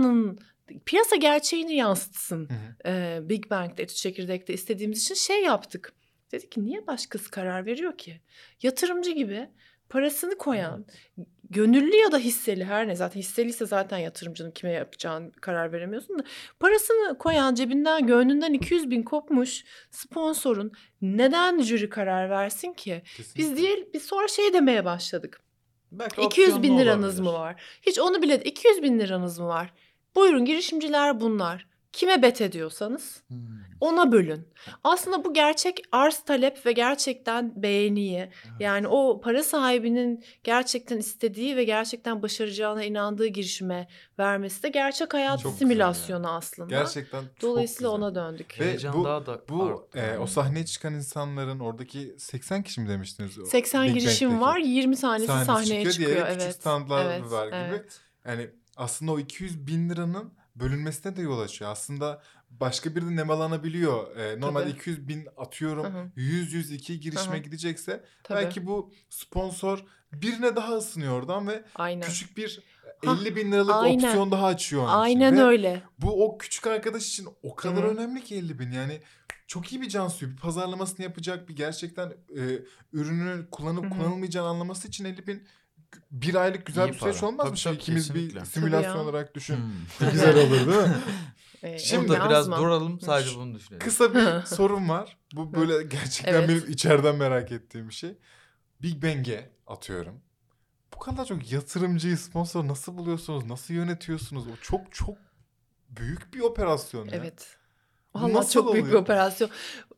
[SPEAKER 3] piyasa gerçeğini yansıtsın. Big Bang'de, Etüt Çekirdek'te istediğimiz için şey yaptık. Dedik ki niye başkası karar veriyor ki? Yatırımcı gibi parasını koyan, gönüllü ya da hisseli her ne zaten hisseliyse zaten yatırımcının kime yapacağını karar veremiyorsun da parasını koyan cebinden gönlünden 200 bin kopmuş sponsorun neden jüri karar versin ki?
[SPEAKER 1] Kesinlikle.
[SPEAKER 3] Biz sonra şey demeye başladık.
[SPEAKER 2] Belki
[SPEAKER 3] 200 bin
[SPEAKER 2] opsiyonlu
[SPEAKER 3] liranız mı
[SPEAKER 2] olabilir.
[SPEAKER 3] var? Hiç onu bile 200 bin liranız mı var? Buyurun girişimciler bunlar. Kime bet ediyorsanız ona bölün. Aslında bu gerçek arz talep ve gerçekten beğeniyi yani o para sahibinin gerçekten istediği ve gerçekten başaracağına inandığı girişime vermesi de gerçek hayat
[SPEAKER 1] Çok güzel
[SPEAKER 3] simülasyonu aslında.
[SPEAKER 1] Gerçekten çok
[SPEAKER 3] Dolayısıyla
[SPEAKER 1] güzel.
[SPEAKER 3] ona döndük.
[SPEAKER 1] Ve
[SPEAKER 2] Heyecan
[SPEAKER 1] bu-
[SPEAKER 2] daha da
[SPEAKER 1] Bu
[SPEAKER 2] arttı.
[SPEAKER 1] o sahneye çıkan insanların oradaki 80 kişi mi demiştiniz?
[SPEAKER 3] 80
[SPEAKER 1] Big
[SPEAKER 3] girişim
[SPEAKER 1] Bang'deki?
[SPEAKER 3] var, 20 tanesi
[SPEAKER 1] Sahnesi
[SPEAKER 3] sahneye çıkıyor.
[SPEAKER 1] Diğeri
[SPEAKER 3] Evet.
[SPEAKER 1] küçük standlar
[SPEAKER 3] Evet,
[SPEAKER 1] var gibi.
[SPEAKER 3] evet.
[SPEAKER 1] Yani aslında o 200 bin liranın bölünmesine de yol açıyor. Aslında başka biri de nemalanabiliyor. Normalde
[SPEAKER 3] Tabii.
[SPEAKER 1] 200 bin atıyorum.
[SPEAKER 3] Hı hı.
[SPEAKER 1] 100-102 girişime
[SPEAKER 3] Hı hı.
[SPEAKER 1] gidecekse
[SPEAKER 3] Tabii.
[SPEAKER 1] belki bu sponsor birine daha ısınıyor oradan ve
[SPEAKER 3] Aynen.
[SPEAKER 1] küçük bir
[SPEAKER 3] Hah,
[SPEAKER 1] 50 bin liralık
[SPEAKER 3] aynen.
[SPEAKER 1] opsiyon daha açıyor onun için.
[SPEAKER 3] Aynen
[SPEAKER 1] Ve
[SPEAKER 3] öyle.
[SPEAKER 1] bu o küçük arkadaş için o kadar
[SPEAKER 3] Hı hı.
[SPEAKER 1] önemli ki 50 bin. Yani çok iyi bir can suyu. Bir pazarlamasını yapacak, bir gerçekten ürünü kullanıp
[SPEAKER 3] Hı hı.
[SPEAKER 1] kullanılmayacağını anlaması için 50 bin bir aylık güzel
[SPEAKER 2] İyi
[SPEAKER 1] bir süreç
[SPEAKER 2] para.
[SPEAKER 1] olmaz mı?
[SPEAKER 2] Tabii,
[SPEAKER 1] Şimdi
[SPEAKER 2] tabii,
[SPEAKER 1] ikimiz
[SPEAKER 2] kesinlikle.
[SPEAKER 1] bir
[SPEAKER 2] Tabii
[SPEAKER 1] simülasyon
[SPEAKER 3] ya.
[SPEAKER 1] olarak düşün.
[SPEAKER 2] Hmm.
[SPEAKER 1] Güzel olur değil mi? Şimdi
[SPEAKER 2] Burada biraz
[SPEAKER 3] yazma.
[SPEAKER 2] duralım sadece bunu düşünelim.
[SPEAKER 1] Kısa bir sorum var. Bu böyle gerçekten
[SPEAKER 3] Evet.
[SPEAKER 1] benim içeriden merak ettiğim bir şey. Big Bang'e atıyorum. Bu kadar çok yatırımcıyı, sponsor nasıl buluyorsunuz? Nasıl yönetiyorsunuz? O çok çok büyük bir operasyon ya.
[SPEAKER 3] Evet.
[SPEAKER 1] Bu
[SPEAKER 3] Vallahi
[SPEAKER 1] nasıl
[SPEAKER 3] çok büyük bir
[SPEAKER 1] oluyor?
[SPEAKER 3] operasyon.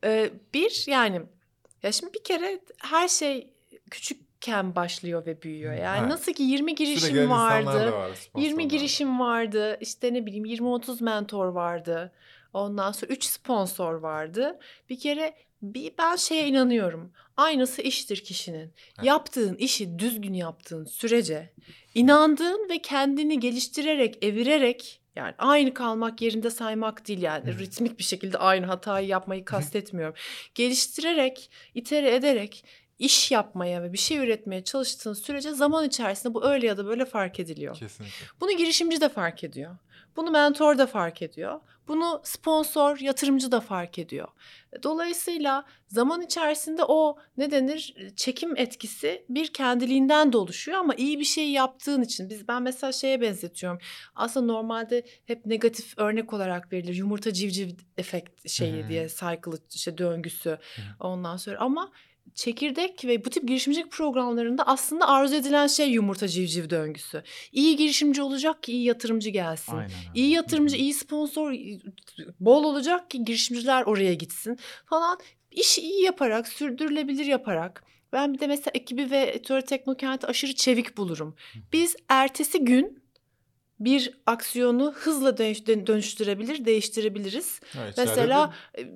[SPEAKER 3] Bir yani ya şimdi bir kere her şey küçükken başlıyor ve büyüyor. Yani
[SPEAKER 1] Evet.
[SPEAKER 3] nasıl ki 20
[SPEAKER 1] Süre
[SPEAKER 3] girişim
[SPEAKER 1] gelen insanlar
[SPEAKER 3] vardı.
[SPEAKER 1] da var, sponsorlar
[SPEAKER 3] 20
[SPEAKER 1] da.
[SPEAKER 3] girişim vardı. İşte ne bileyim 20-30 mentor vardı. Ondan sonra 3 sponsor vardı. Bir kere ben şeye inanıyorum. Aynısı iştir kişinin.
[SPEAKER 1] Evet.
[SPEAKER 3] Yaptığın işi düzgün yaptığın sürece inandığın ve kendini geliştirerek, evirerek yani aynı kalmak yerinde saymak değil yani ritmik bir şekilde aynı hatayı yapmayı kastetmiyorum. Geliştirerek, itere ederek iş yapmaya ve bir şey üretmeye çalıştığın sürece zaman içerisinde bu öyle ya da böyle fark ediliyor.
[SPEAKER 1] Kesinlikle.
[SPEAKER 3] Bunu girişimci de fark ediyor. Bunu mentor da fark ediyor. Bunu sponsor, yatırımcı da fark ediyor. Dolayısıyla zaman içerisinde o ne denir çekim etkisi bir kendiliğinden de oluşuyor ama iyi bir şey yaptığın için ben mesela şeye benzetiyorum. Aslında normalde hep negatif örnek olarak verilir. Yumurta civciv efekt şeyi diye cycle işte döngüsü ondan sonra ama çekirdek ve bu tip girişimcilik programlarında aslında arzu edilen şey yumurta civciv döngüsü. İyi girişimci olacak ki iyi yatırımcı gelsin.
[SPEAKER 2] Aynen.
[SPEAKER 3] İyi yatırımcı, iyi sponsor bol olacak ki girişimciler oraya gitsin falan. İşi iyi yaparak, sürdürülebilir yaparak. Ben bir de mesela ekibi ve Ettore Teknokent'i aşırı çevik bulurum. Biz ertesi gün bir aksiyonu hızla dönüştürebilir, değiştirebiliriz.
[SPEAKER 1] Evet,
[SPEAKER 3] Mesela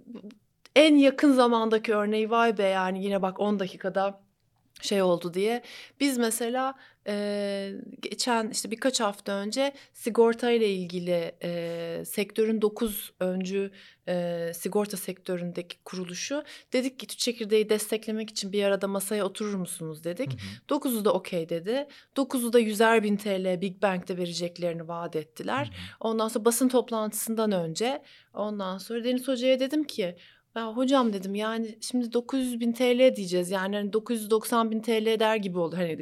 [SPEAKER 3] en yakın zamandaki örneği vay be yani yine bak 10 dakikada şey oldu diye. Biz mesela geçen işte birkaç hafta önce sigorta ile ilgili sektörün 9 öncü sigorta sektöründeki kuruluşu dedik ki tüt çekirdeği desteklemek için bir arada masaya oturur musunuz dedik. 9'u da okey dedi. 9'u da 100'er bin TL Big Bank'te vereceklerini vaat ettiler. Ondan sonra basın toplantısından önce ondan sonra Deniz Hoca'ya dedim ki ya hocam dedim yani şimdi 900 bin TL diyeceğiz yani hani 990 bin TL der gibi oldu hani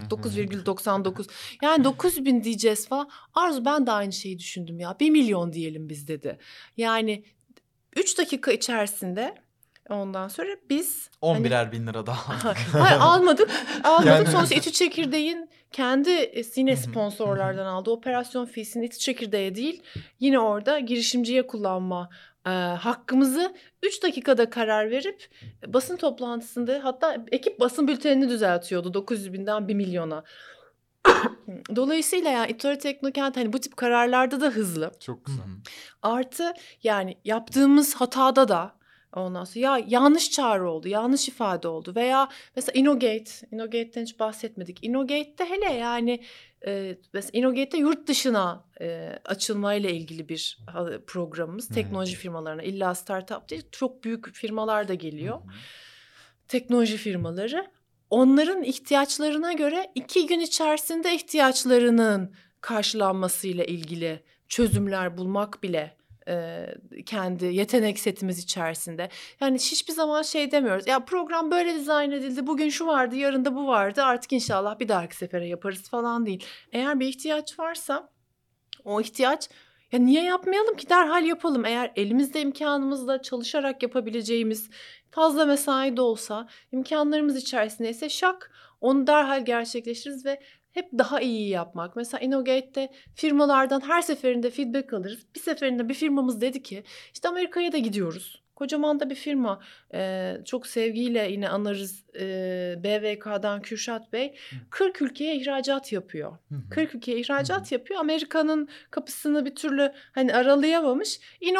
[SPEAKER 3] 49,99 yani 900 bin diyeceğiz falan. Arzu ben de aynı şeyi düşündüm ya 1 milyon diyelim biz dedi. Yani 3 dakika içerisinde ondan sonra biz
[SPEAKER 2] 11'er bin lira daha.
[SPEAKER 3] Hayır, almadık.
[SPEAKER 1] Yani-
[SPEAKER 3] Sonuçta İTÜ Çekirdeğin kendi yine sponsorlardan aldığı operasyon fiisini İTÜ Çekirdeğe değil yine orada girişimciye kullanma hakkımızı 3 dakikada karar verip basın toplantısında hatta ekip basın bültenini düzeltiyordu 900 binden 1 milyona. Dolayısıyla yani İTÜ Teknokent hani bu tip kararlarda da hızlı.
[SPEAKER 1] Çok güzel.
[SPEAKER 3] Artı yani yaptığımız hatada da ondan sonra ya yanlış çağrı oldu, yanlış ifade oldu veya mesela Innogate'den hiç bahsetmedik. Innogate'de hele yani mesela Innogate'de yurt dışına açılmayla ilgili bir programımız. Teknoloji firmalarına illa startup değil çok büyük firmalar da geliyor. Teknoloji firmaları. Onların ihtiyaçlarına göre 2 gün içerisinde ihtiyaçlarının karşılanmasıyla ilgili çözümler bulmak bile kendi yetenek setimiz içerisinde. Yani hiçbir zaman şey demiyoruz. Ya program böyle dizayn edildi. Bugün şu vardı, yarın da bu vardı. Artık inşallah bir dahaki sefere yaparız falan değil. Eğer bir ihtiyaç varsa o ihtiyaç ya niye yapmayalım ki derhal yapalım. Eğer elimizde imkanımızla çalışarak yapabileceğimiz fazla mesai de olsa imkanlarımız içerisindeyse şak onu derhal gerçekleştiririz ve hep daha iyi yapmak. Mesela Innogate'de firmalardan her seferinde feedback alırız. Bir seferinde bir firmamız dedi ki işte Amerika'ya da gidiyoruz. Kocaman da bir firma. Çok sevgiyle yine anarız BVK'dan Kürşat Bey. 40 ülkeye ihracat yapıyor. 40 ülkeye ihracat yapıyor. Amerika'nın kapısını bir türlü hani aralayamamış.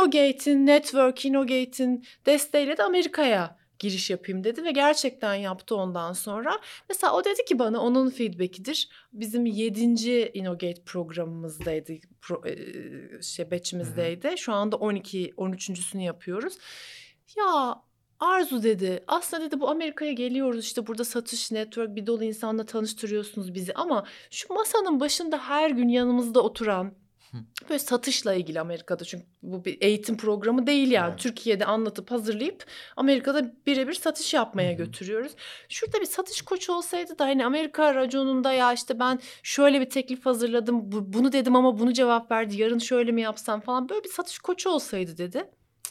[SPEAKER 3] Innogate'in desteğiyle de Amerika'ya giriş yapayım dedi ve gerçekten yaptı ondan sonra. Mesela o dedi ki bana onun feedback'idir. Bizim 7. Innogate programımızdaydı. Batch'imizdeydi. Şu anda 13.'sünü yapıyoruz. Ya Arzu dedi aslında dedi bu Amerika'ya geliyoruz işte burada satış network bir dolu insanla tanıştırıyorsunuz bizi ama şu masanın başında her gün yanımızda oturan böyle satışla ilgili Amerika'da çünkü bu bir eğitim programı değil yani. Evet. Türkiye'de anlatıp hazırlayıp Amerika'da birebir satış yapmaya götürüyoruz. Şurada bir satış koçu olsaydı da hani Amerika raconunda ya işte ben şöyle bir teklif hazırladım bunu dedim ama bunu cevap verdi yarın şöyle mi yapsam falan böyle bir satış koçu olsaydı dedi.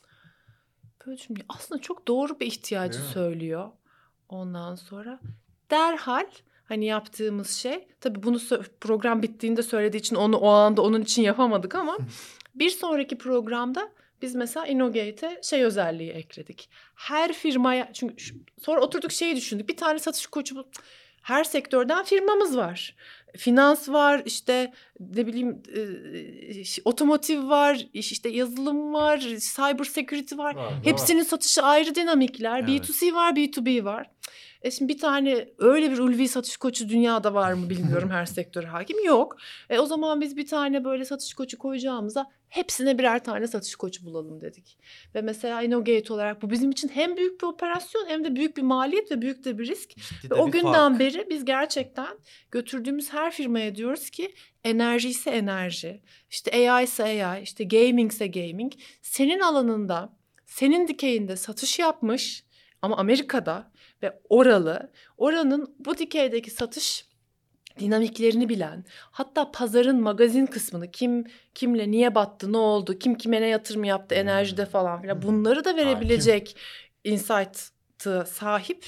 [SPEAKER 3] Böyle şimdi aslında çok doğru bir ihtiyacı söylüyor. Ondan sonra derhal hani yaptığımız şey tabii bunu program bittiğinde söylediği için onu o anda onun için yapamadık ama bir sonraki programda biz mesela Innogate'e şey özelliği ekledik. Her firmaya çünkü sonra oturduk şeyi düşündük. Bir tane satış koçu her sektörden firmamız var. Finans var işte ne bileyim otomotiv var işte yazılım var cyber security var. Hepsinin satışı ayrı dinamikler. Evet. B2C var B2B var. Şimdi bir tane öyle bir ulvi satış koçu dünyada var mı bilmiyorum her sektör hakim yok. O zaman biz bir tane böyle satış koçu koyacağımıza hepsine birer tane satış koçu bulalım dedik. Ve mesela Innogate olarak bu bizim için hem büyük bir operasyon hem de büyük bir maliyet ve büyük de bir risk. Ve o günden beri biz gerçekten götürdüğümüz her firmaya diyoruz ki enerji ise enerji, işte AI ise AI, işte gaming ise gaming. Senin alanında, senin dikeyinde satış yapmış ama Amerika'da ve oranın bu dikeydeki satış dinamiklerini bilen, hatta pazarın magazin kısmını kimle niye battı, ne oldu, kim kime ne yatırım yaptı enerjide falan filan bunları da verebilecek insight'ı sahip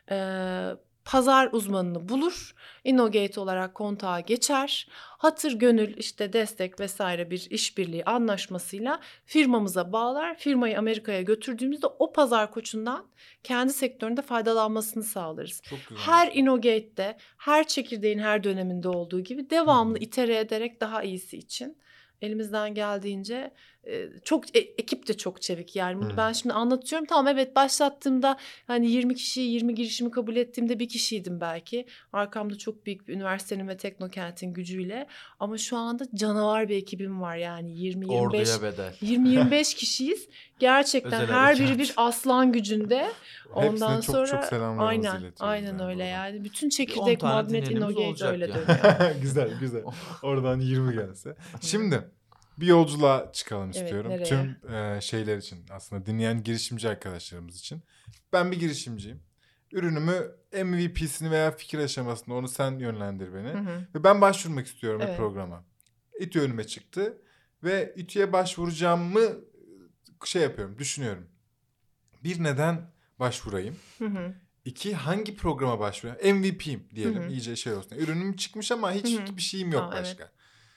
[SPEAKER 3] pazar uzmanını bulur. Innogate olarak kontağa geçer. Hatır gönül işte destek vesaire bir işbirliği anlaşmasıyla firmamıza bağlar. Firmayı Amerika'ya götürdüğümüzde o pazar koçundan kendi sektöründe faydalanmasını sağlarız. Her Innogate'de, her çekirdeğin her döneminde olduğu gibi devamlı itere ederek daha iyisi için elimizden geldiğince çok ekip de çok çevik yani bunu ben şimdi anlatıyorum. Tamam evet başlattığımda hani 20 kişiyi 20 girişimi kabul ettiğimde bir kişiydim belki. Arkamda çok büyük bir üniversitenin ve teknokentin gücüyle ama şu anda canavar bir ekibim var yani 20-25
[SPEAKER 2] Orduya bedel.
[SPEAKER 3] 20-25 kişiyiz. Gerçekten
[SPEAKER 2] Özel
[SPEAKER 3] her biri
[SPEAKER 2] harekat.
[SPEAKER 3] bir aslan gücünde. Ondan
[SPEAKER 1] Hepsine
[SPEAKER 3] sonra
[SPEAKER 1] çok selamlarımızı iletiyoruz.
[SPEAKER 3] aynen
[SPEAKER 1] yani
[SPEAKER 3] öyle
[SPEAKER 1] buradan.
[SPEAKER 3] yani. Bütün
[SPEAKER 2] 10
[SPEAKER 3] çekirdek
[SPEAKER 2] tane
[SPEAKER 3] magnet
[SPEAKER 2] dinleyenimiz
[SPEAKER 3] Innogate
[SPEAKER 2] olacak
[SPEAKER 3] öyle
[SPEAKER 2] ya.
[SPEAKER 3] dönüyor.
[SPEAKER 1] Güzel. Oradan 20 gelse. Şimdi bir yolculuğa çıkalım
[SPEAKER 3] Evet,
[SPEAKER 1] istiyorum.
[SPEAKER 3] nereye?
[SPEAKER 1] Tüm şeyler için aslında dinleyen girişimci arkadaşlarımız için. Ben bir girişimciyim. Ürünümü MVP'sini veya fikir aşamasında onu sen yönlendir beni. Ve ben başvurmak istiyorum bir
[SPEAKER 3] Evet.
[SPEAKER 1] programa. İTÜ önüme çıktı ve İTÜ'ye başvuracağımı yapıyorum, düşünüyorum. Bir, neden başvurayım? 2, hangi programa başvurayım? MVP'yim diyelim, iyice şey olsun. Ürünüm çıkmış ama hiçbir şeyim yok başka.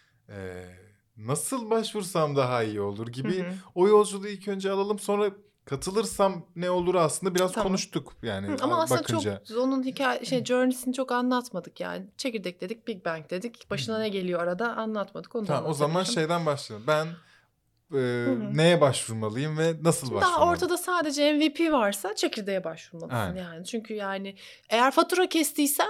[SPEAKER 1] Nasıl başvursam daha iyi olur gibi o yolculuğu ilk önce alalım, sonra katılırsam ne olur aslında biraz konuştuk yani.
[SPEAKER 3] Ama aslında
[SPEAKER 1] bakınca.
[SPEAKER 3] çok onun journey'sini çok anlatmadık yani. Çekirdek dedik, Big Bang dedik. Başına ne geliyor arada anlatmadık. Onu
[SPEAKER 1] tamam, o zaman şeyden başlayalım. Ben neye başvurmalıyım ve nasıl başvurmalıyım?
[SPEAKER 3] Daha ortada sadece MVP varsa çekirdeğe başvurmalısın yani. Çünkü yani eğer fatura kestiysen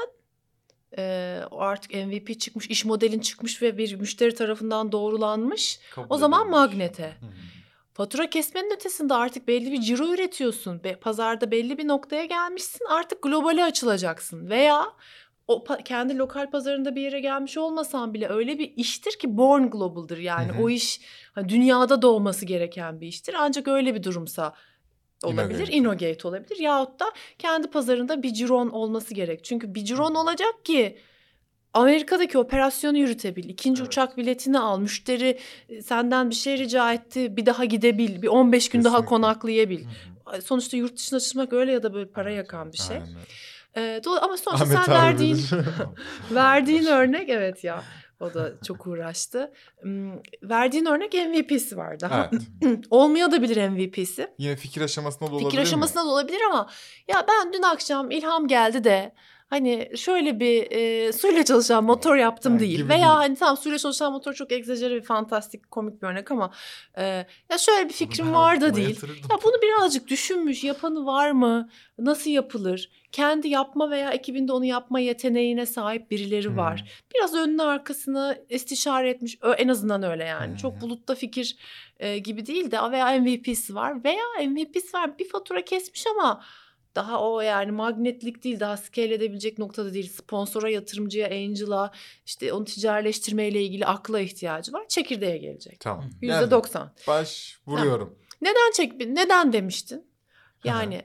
[SPEAKER 3] artık MVP çıkmış, iş modelin çıkmış ve bir müşteri tarafından doğrulanmış. O zaman magnete. Fatura kesmenin ötesinde artık belli bir ciro üretiyorsun. Pazarda belli bir noktaya gelmişsin. Artık globale açılacaksın. Veya o kendi lokal pazarında bir yere gelmiş olmasan bile öyle bir iştir ki born global'dır. Yani o iş dünyada doğması gereken bir iştir. Ancak öyle bir durumsa olabilir. Innogate olabilir. Yahut da kendi pazarında bir ciron olması gerek. Çünkü bir ciron olacak ki Amerika'daki operasyonu yürütebil. İkinci uçak biletini al. Müşteri senden bir şey rica etti. Bir daha gidebil. Bir 15 gün daha konaklayabil. Sonuçta yurt dışına çıkmak öyle ya da böyle para yakan bir şey. Ama sonuçta
[SPEAKER 1] Ahmet
[SPEAKER 3] sen verdiğin örnek evet ya. O da çok uğraştı. Verdiğin örnek MVP'si var daha. Evet. Olmayabilir MVP'si.
[SPEAKER 1] Yine fikir aşamasında da olabilir
[SPEAKER 3] Fikir aşamasında da olabilir ama ya ben dün akşam ilham geldi de hani şöyle bir suyla çalışan motor yaptım değil. Veya hani tamam suyla çalışan motor çok egzajere bir fantastik komik bir örnek ama ya şöyle bir fikrim var da değil. Ya bunu birazcık düşünmüş, yapanı var mı? Nasıl yapılır? Kendi yapma veya ekibinde onu yapma yeteneğine sahip birileri var. Biraz önüne arkasını istişare etmiş. En azından öyle yani. Çok bulutta fikir gibi değil de veya MVP'si var. Veya MVP'si var, bir fatura kesmiş ama daha o yani magnetlik değil, daha scale edebilecek noktada değil. Sponsora, yatırımcıya, angel'a, işte onu ticarileştirmeyle ilgili akla ihtiyacı var. Çekirdeğe gelecek.
[SPEAKER 1] Tamam.
[SPEAKER 3] %90.
[SPEAKER 1] Başvuruyorum.
[SPEAKER 3] Neden demiştin? Yani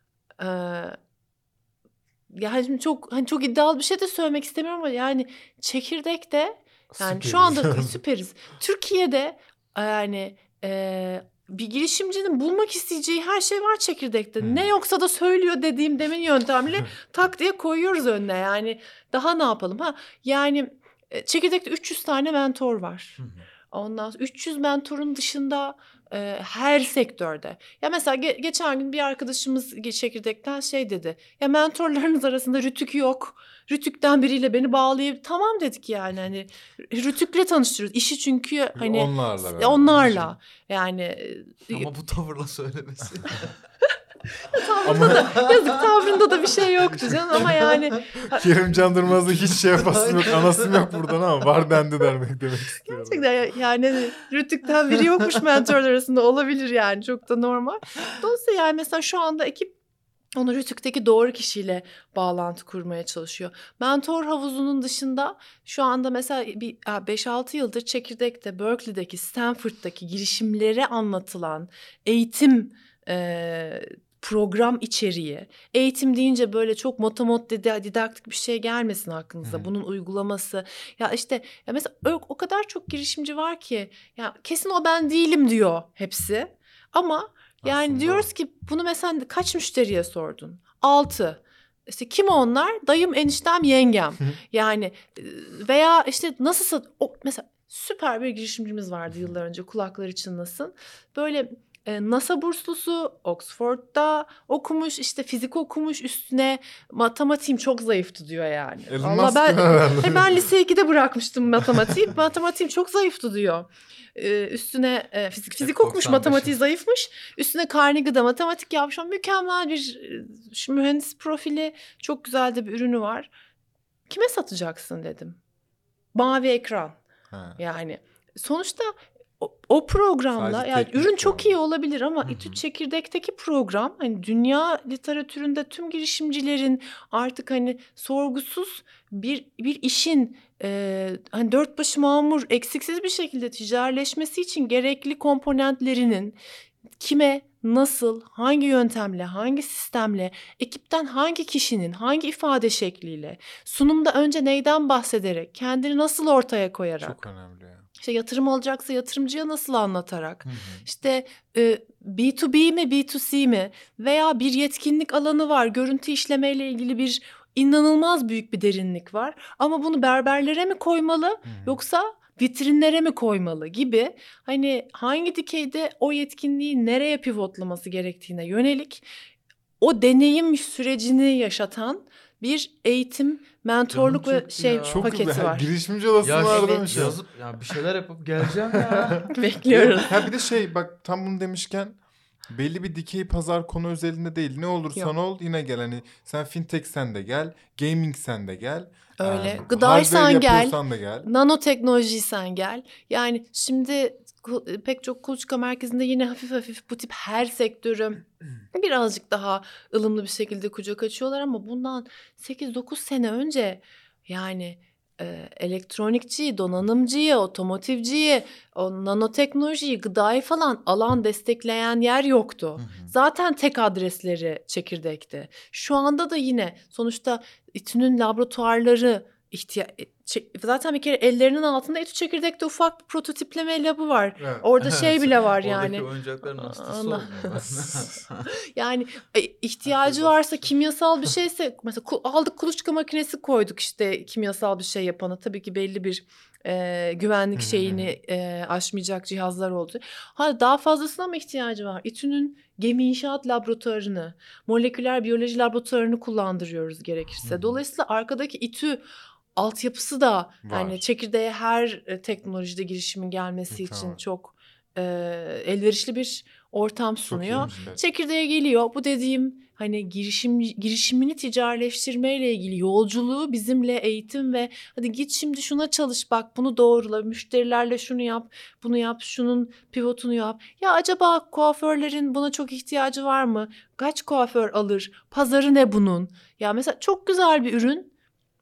[SPEAKER 3] yani şimdi çok iddialı bir şey de söylemek istemiyorum ama yani çekirdekte yani şu anda süperiz. Türkiye'de yani bir girişimcinin bulmak isteyeceği her şey var çekirdekte. Ne yoksa da söylüyor dediğim demin yöntemle tak diye koyuyoruz önüne. Yani daha ne yapalım? Yani çekirdekte 300 tane mentor var. Ondan sonra 300 mentorun dışında her sektörde. Ya mesela geçen gün bir arkadaşımız çekirdekten şey dedi. Ya mentorlarınız arasında Rütük yok. Rütük'ten biriyle beni bağlayıp tamam dedik yani hani Rütük'le tanıştırıyoruz. İşi çünkü hani onlarla yani.
[SPEAKER 2] Ama bu tavırla söylemesi.
[SPEAKER 3] Yazık tavrında da bir şey yoktu canım ama yani.
[SPEAKER 1] Kerimcan Durmaz'da hiç şey yapasım yok, anasım yok buradan ama var dendi demek istiyorum.
[SPEAKER 3] Gerçekten yani Rütük'ten biri yokmuş mentorlar arasında, olabilir yani çok da normal. Dolayısıyla yani mesela şu anda ekip onu Rütük'teki doğru kişiyle bağlantı kurmaya çalışıyor. Mentor havuzunun dışında şu anda mesela 5-6 yıldır Çekirdek'te, Berkeley'deki, Stanford'daki girişimlere anlatılan eğitim program içeriği. Eğitim deyince böyle çok motomot didaktik bir şey gelmesin aklınıza. Bunun uygulaması. Ya işte ya mesela o kadar çok girişimci var ki ya kesin o ben değilim diyor hepsi. Ama yani aslında diyoruz ki bunu mesela kaç müşteriye sordun? 6. İşte kim onlar? Dayım, eniştem, yengem. Yani veya işte nasıl mesela süper bir girişimcimiz vardı yıllar önce, kulakları çınlasın. Böyle NASA burslusu, Oxford'da okumuş, işte fizik okumuş, üstüne matematiğim çok zayıftı diyor yani.
[SPEAKER 1] Elon
[SPEAKER 3] Vallahi
[SPEAKER 1] Musk
[SPEAKER 3] ben,
[SPEAKER 1] herhalde.
[SPEAKER 3] ben lise 2'de bırakmıştım matematiği. Matematiğim çok zayıftı diyor. Üstüne fizik okumuş,
[SPEAKER 2] 95'im.
[SPEAKER 3] matematiği zayıfmış. Üstüne Carnegie'de matematik yapmış. Mükemmel bir mühendis profili, çok güzel de bir ürünü var. Kime satacaksın dedim. Mavi ekran.
[SPEAKER 1] Ha.
[SPEAKER 3] Yani sonuçta o programla
[SPEAKER 1] Sadece
[SPEAKER 3] yani
[SPEAKER 1] teknik
[SPEAKER 3] ürün çok
[SPEAKER 1] program.
[SPEAKER 3] iyi olabilir ama
[SPEAKER 1] Hı hı.
[SPEAKER 3] İTÜ Çekirdek'teki program hani dünya literatüründe tüm girişimcilerin artık hani sorgusuz bir işin hani dört başı mamur eksiksiz bir şekilde ticarileşmesi için gerekli komponentlerinin kime, nasıl, hangi yöntemle, hangi sistemle, ekipten hangi kişinin, hangi ifade şekliyle, sunumda önce neyden bahsederek, kendini nasıl ortaya koyarak,
[SPEAKER 1] Çok önemli ya.
[SPEAKER 3] işte yatırım olacaksa yatırımcıya nasıl anlatarak,
[SPEAKER 1] Hı hı.
[SPEAKER 3] işte B2B mi, B2C mi veya bir yetkinlik alanı var, görüntü işlemeyle ilgili bir inanılmaz büyük bir derinlik var ama bunu berberlere mi koymalı
[SPEAKER 1] Hı hı.
[SPEAKER 3] yoksa vitrinlere mi koymalı gibi hani hangi dikeyde o yetkinliği nereye pivotlaması gerektiğine yönelik o deneyim sürecini yaşatan bir eğitim, mentorluk
[SPEAKER 2] Canım
[SPEAKER 3] ve
[SPEAKER 2] çekti ya.
[SPEAKER 1] Çok
[SPEAKER 3] paketi
[SPEAKER 1] güzel.
[SPEAKER 3] var.
[SPEAKER 1] Girişimci odası
[SPEAKER 2] Ya
[SPEAKER 1] var
[SPEAKER 3] evet,
[SPEAKER 1] değil mi şu an?
[SPEAKER 2] yazıp ya bir şeyler yapıp geleceğim ya.
[SPEAKER 3] Bekliyoruz.
[SPEAKER 1] Ha bir de bak tam bunu demişken belli bir dikey pazar konu özelinde değil. Ne olursan
[SPEAKER 3] Yok.
[SPEAKER 1] ol yine gel. Hani sen fintech sen de gel. Gaming sen de gel.
[SPEAKER 3] Öyle.
[SPEAKER 1] Hardware
[SPEAKER 3] Gıdaysan gel.
[SPEAKER 1] yapıyorsan da gel.
[SPEAKER 3] Nanoteknolojiysen gel. Yani şimdi pek çok kuluçka merkezinde yine hafif hafif bu tip her sektörü birazcık daha ılımlı bir şekilde kucak açıyorlar ama bundan 8-9 sene önce yani elektronikçiyi, donanımcıyı, otomotivciyi, o nanoteknolojiyi, gıdayı falan alan destekleyen yer yoktu.
[SPEAKER 1] Hı hı.
[SPEAKER 3] Zaten tek adresleri çekirdekti. Şu anda da yine sonuçta İTÜ'nün laboratuvarları zaten bir kere ellerinin altında İTÜ Çekirdek'te ufak bir prototipleme labı var.
[SPEAKER 1] Evet.
[SPEAKER 3] Orada şey bile var yani.
[SPEAKER 2] Oradaki oyuncakların hastası
[SPEAKER 3] Allah.
[SPEAKER 2] oldum ben.
[SPEAKER 3] Yani ihtiyacı varsa kimyasal bir şeyse mesela aldık kuluçka makinesi koyduk işte kimyasal bir şey yapana tabii ki belli bir güvenlik şeyini aşmayacak cihazlar oldu. Daha fazlasına mı ihtiyacı var? İTÜ'nün gemi inşaat laboratuvarını, moleküler biyoloji laboratuvarını kullandırıyoruz gerekirse. Dolayısıyla arkadaki İTÜ altyapısı da
[SPEAKER 1] Var.
[SPEAKER 3] yani çekirdeğe her teknolojide girişimin gelmesi için
[SPEAKER 1] Tamam.
[SPEAKER 3] çok elverişli bir ortam sunuyor.
[SPEAKER 1] iyiymiş gerçekten.
[SPEAKER 3] Çekirdeğe geliyor. Bu dediğim hani girişimini ticarileştirmeyle ilgili yolculuğu bizimle eğitim ve hadi git şimdi şuna çalış bak bunu doğrula müşterilerle şunu yap bunu yap şunun pivotunu yap. Ya acaba kuaförlerin buna çok ihtiyacı var mı? Kaç kuaför alır? Pazarı ne bunun? Ya mesela çok güzel bir ürün.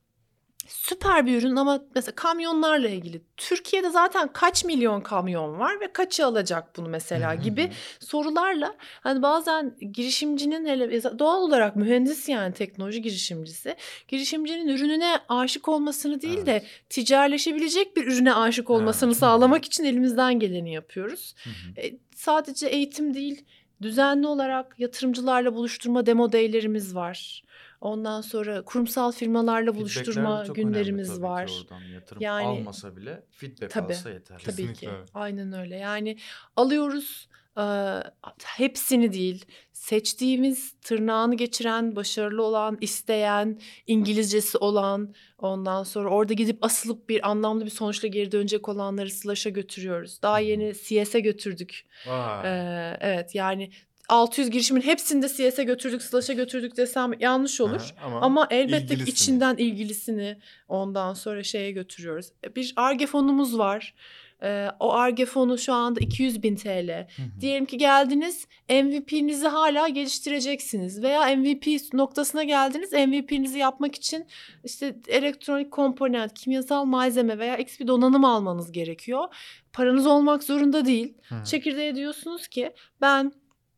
[SPEAKER 3] Süper bir ürün ama mesela kamyonlarla ilgili. Türkiye'de zaten kaç milyon kamyon var ve kaçı alacak bunu mesela gibi sorularla hani bazen girişimcinin hele doğal olarak mühendis yani teknoloji girişimcisi girişimcinin ürününe aşık olmasını değil de ticarileşebilecek bir ürüne aşık olmasını sağlamak için elimizden geleni yapıyoruz. Sadece eğitim değil düzenli olarak yatırımcılarla buluşturma demo day'lerimiz var. Ondan sonra kurumsal firmalarla buluşturma günlerimiz var.
[SPEAKER 2] Yatırım
[SPEAKER 3] yani
[SPEAKER 2] almasa bile feedback
[SPEAKER 3] tabii,
[SPEAKER 2] alsa yeter.
[SPEAKER 3] Tabii
[SPEAKER 1] Kesinlikle.
[SPEAKER 3] ki. Aynen öyle. Yani alıyoruz hepsini değil. Seçtiğimiz tırnağını geçiren, başarılı olan, isteyen, İngilizcesi olan, ondan sonra orada gidip asılıp bir anlamlı bir sonuçla geri dönecek olanları Slash'a götürüyoruz. Daha yeni CS'e götürdük. Evet yani 600 girişimin hepsini de CS'e götürdük, Slash'a götürdük desem yanlış olur. Ama elbette ki içinden ilgilisini ondan sonra şeye götürüyoruz. Bir Ar-Ge fonumuz var. O Ar-Ge fonu şu anda 200.000 TL. Diyelim ki geldiniz MVP'nizi hala geliştireceksiniz. Veya MVP noktasına geldiniz MVP'nizi yapmak için işte elektronik komponent, kimyasal malzeme veya X bir donanım almanız gerekiyor. Paranız olmak zorunda değil. Çekirdeğe diyorsunuz ki ben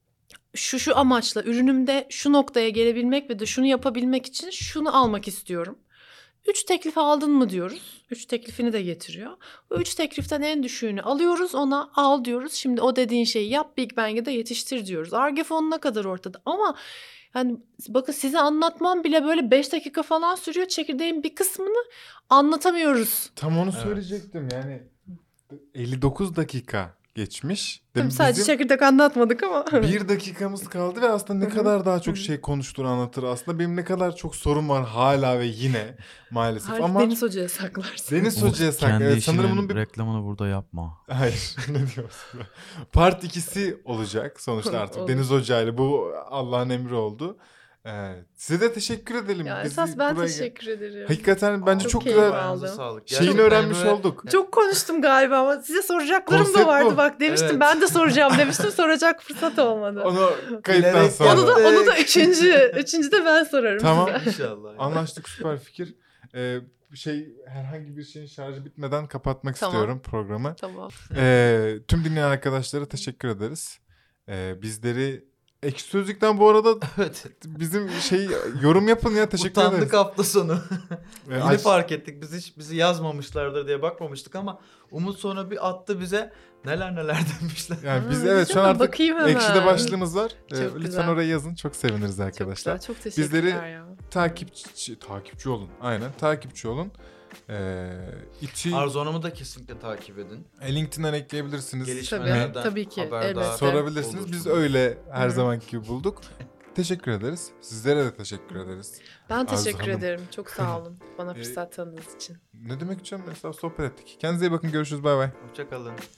[SPEAKER 3] şu amaçla ürünümde şu noktaya gelebilmek ve de şunu yapabilmek için şunu almak istiyorum. 3 teklif aldın mı diyoruz. 3 teklifini de getiriyor. Bu 3 tekliften en düşüğünü alıyoruz ona al diyoruz. Şimdi o dediğin şeyi yap Big Bang'e de yetiştir diyoruz. Ar-Ge fonuna kadar ortada ama yani bakın size anlatmam bile böyle 5 dakika falan sürüyor. Çekirdeğin bir kısmını anlatamıyoruz.
[SPEAKER 1] Tam onu söyleyecektim yani 59 dakika geçmiş.
[SPEAKER 3] Tabii sadece
[SPEAKER 1] Bizim
[SPEAKER 3] çekirdek anlatmadık ama.
[SPEAKER 1] 1 dakikamız kaldı ve aslında ne kadar daha çok şey konuştuğunu anlatır. Aslında benim ne kadar çok sorun var hala ve yine maalesef.
[SPEAKER 3] Harbi
[SPEAKER 1] ama
[SPEAKER 3] Deniz Hoca'ya saklarsın.
[SPEAKER 1] Deniz Hoca'ya
[SPEAKER 4] Kendi
[SPEAKER 1] evet,
[SPEAKER 4] işinin
[SPEAKER 1] sanırım bunun bir
[SPEAKER 4] reklamını burada yapma.
[SPEAKER 1] hayır ne diyorsun? Part 2'si olacak sonuçta artık.
[SPEAKER 3] Olur.
[SPEAKER 1] Deniz Hoca ile bu Allah'ın emri oldu. Size de teşekkür edelim.
[SPEAKER 3] Ya
[SPEAKER 1] Bizi
[SPEAKER 3] esas ben
[SPEAKER 1] buraya-
[SPEAKER 3] teşekkür ederim.
[SPEAKER 1] Hakikaten bence
[SPEAKER 3] Çok
[SPEAKER 1] çok
[SPEAKER 3] keyif
[SPEAKER 1] güzel
[SPEAKER 3] aldım.
[SPEAKER 2] Ayağınıza sağlık.
[SPEAKER 1] şeyini
[SPEAKER 2] Gerçekten
[SPEAKER 1] öğrenmiş
[SPEAKER 2] böyle-
[SPEAKER 1] olduk.
[SPEAKER 3] Çok konuştum galiba ama size soracaklarım
[SPEAKER 1] Konsept
[SPEAKER 3] da vardı.
[SPEAKER 1] bu.
[SPEAKER 3] Bak demiştim
[SPEAKER 2] Evet.
[SPEAKER 3] ben de soracağım demiştim. Soracak fırsat olmadı.
[SPEAKER 1] Onu kayıttan
[SPEAKER 2] Bilerek
[SPEAKER 1] sonra.
[SPEAKER 3] Onu da üçüncüde ben sorarım
[SPEAKER 1] Tamam.
[SPEAKER 3] size.
[SPEAKER 2] İnşallah.
[SPEAKER 1] Anlaştık, süper fikir. Herhangi bir şeyin şarjı bitmeden kapatmak
[SPEAKER 3] Tamam.
[SPEAKER 1] istiyorum programı.
[SPEAKER 3] Tamam.
[SPEAKER 1] Tüm dinleyen arkadaşlara teşekkür ederiz. Bizleri Ekşi Sözlük'ten bu arada
[SPEAKER 2] Evet.
[SPEAKER 1] bizim yorum yapın ya, teşekkür
[SPEAKER 2] Utandık
[SPEAKER 1] ederiz.
[SPEAKER 2] hafta sonu. Yeni
[SPEAKER 1] Aç-
[SPEAKER 2] fark ettik. Bizi yazmamışlardır diye bakmamıştık ama Umut sonra bir attı bize. Neler demişler.
[SPEAKER 1] Yani biz
[SPEAKER 3] Aa,
[SPEAKER 1] evet şu an artık
[SPEAKER 3] bakayım hemen.
[SPEAKER 1] Ekşi'de başlığımız var.
[SPEAKER 3] Çok
[SPEAKER 1] Lütfen
[SPEAKER 3] güzel.
[SPEAKER 1] oraya yazın. Çok seviniriz
[SPEAKER 3] Çok
[SPEAKER 1] arkadaşlar.
[SPEAKER 3] güzel. Çok teşekkürler
[SPEAKER 1] Bizleri
[SPEAKER 3] ya.
[SPEAKER 1] takipçi olun. Aynen, takipçi olun. İTÜ
[SPEAKER 2] Arzu Hanım'ı da kesinlikle takip edin.
[SPEAKER 1] LinkedIn'den ekleyebilirsiniz.
[SPEAKER 2] Gelişmelerden
[SPEAKER 3] Tabii ki,
[SPEAKER 2] haberdar
[SPEAKER 3] elbette.
[SPEAKER 1] Sorabilirsiniz. Biz
[SPEAKER 2] olursunuz.
[SPEAKER 1] öyle her
[SPEAKER 3] Hı.
[SPEAKER 1] zamanki gibi bulduk. Teşekkür ederiz. Sizlere de teşekkür ederiz.
[SPEAKER 3] Ben
[SPEAKER 1] Arzu
[SPEAKER 3] teşekkür
[SPEAKER 1] Hanım.
[SPEAKER 3] ederim. Çok sağ olun bana
[SPEAKER 1] Ee,
[SPEAKER 3] fırsat tanıdığınız için.
[SPEAKER 1] Ne demek canım? Mesela sohbet ettik. Kendinize iyi bakın. Görüşürüz. Bay bay.
[SPEAKER 2] Hoşçakalın.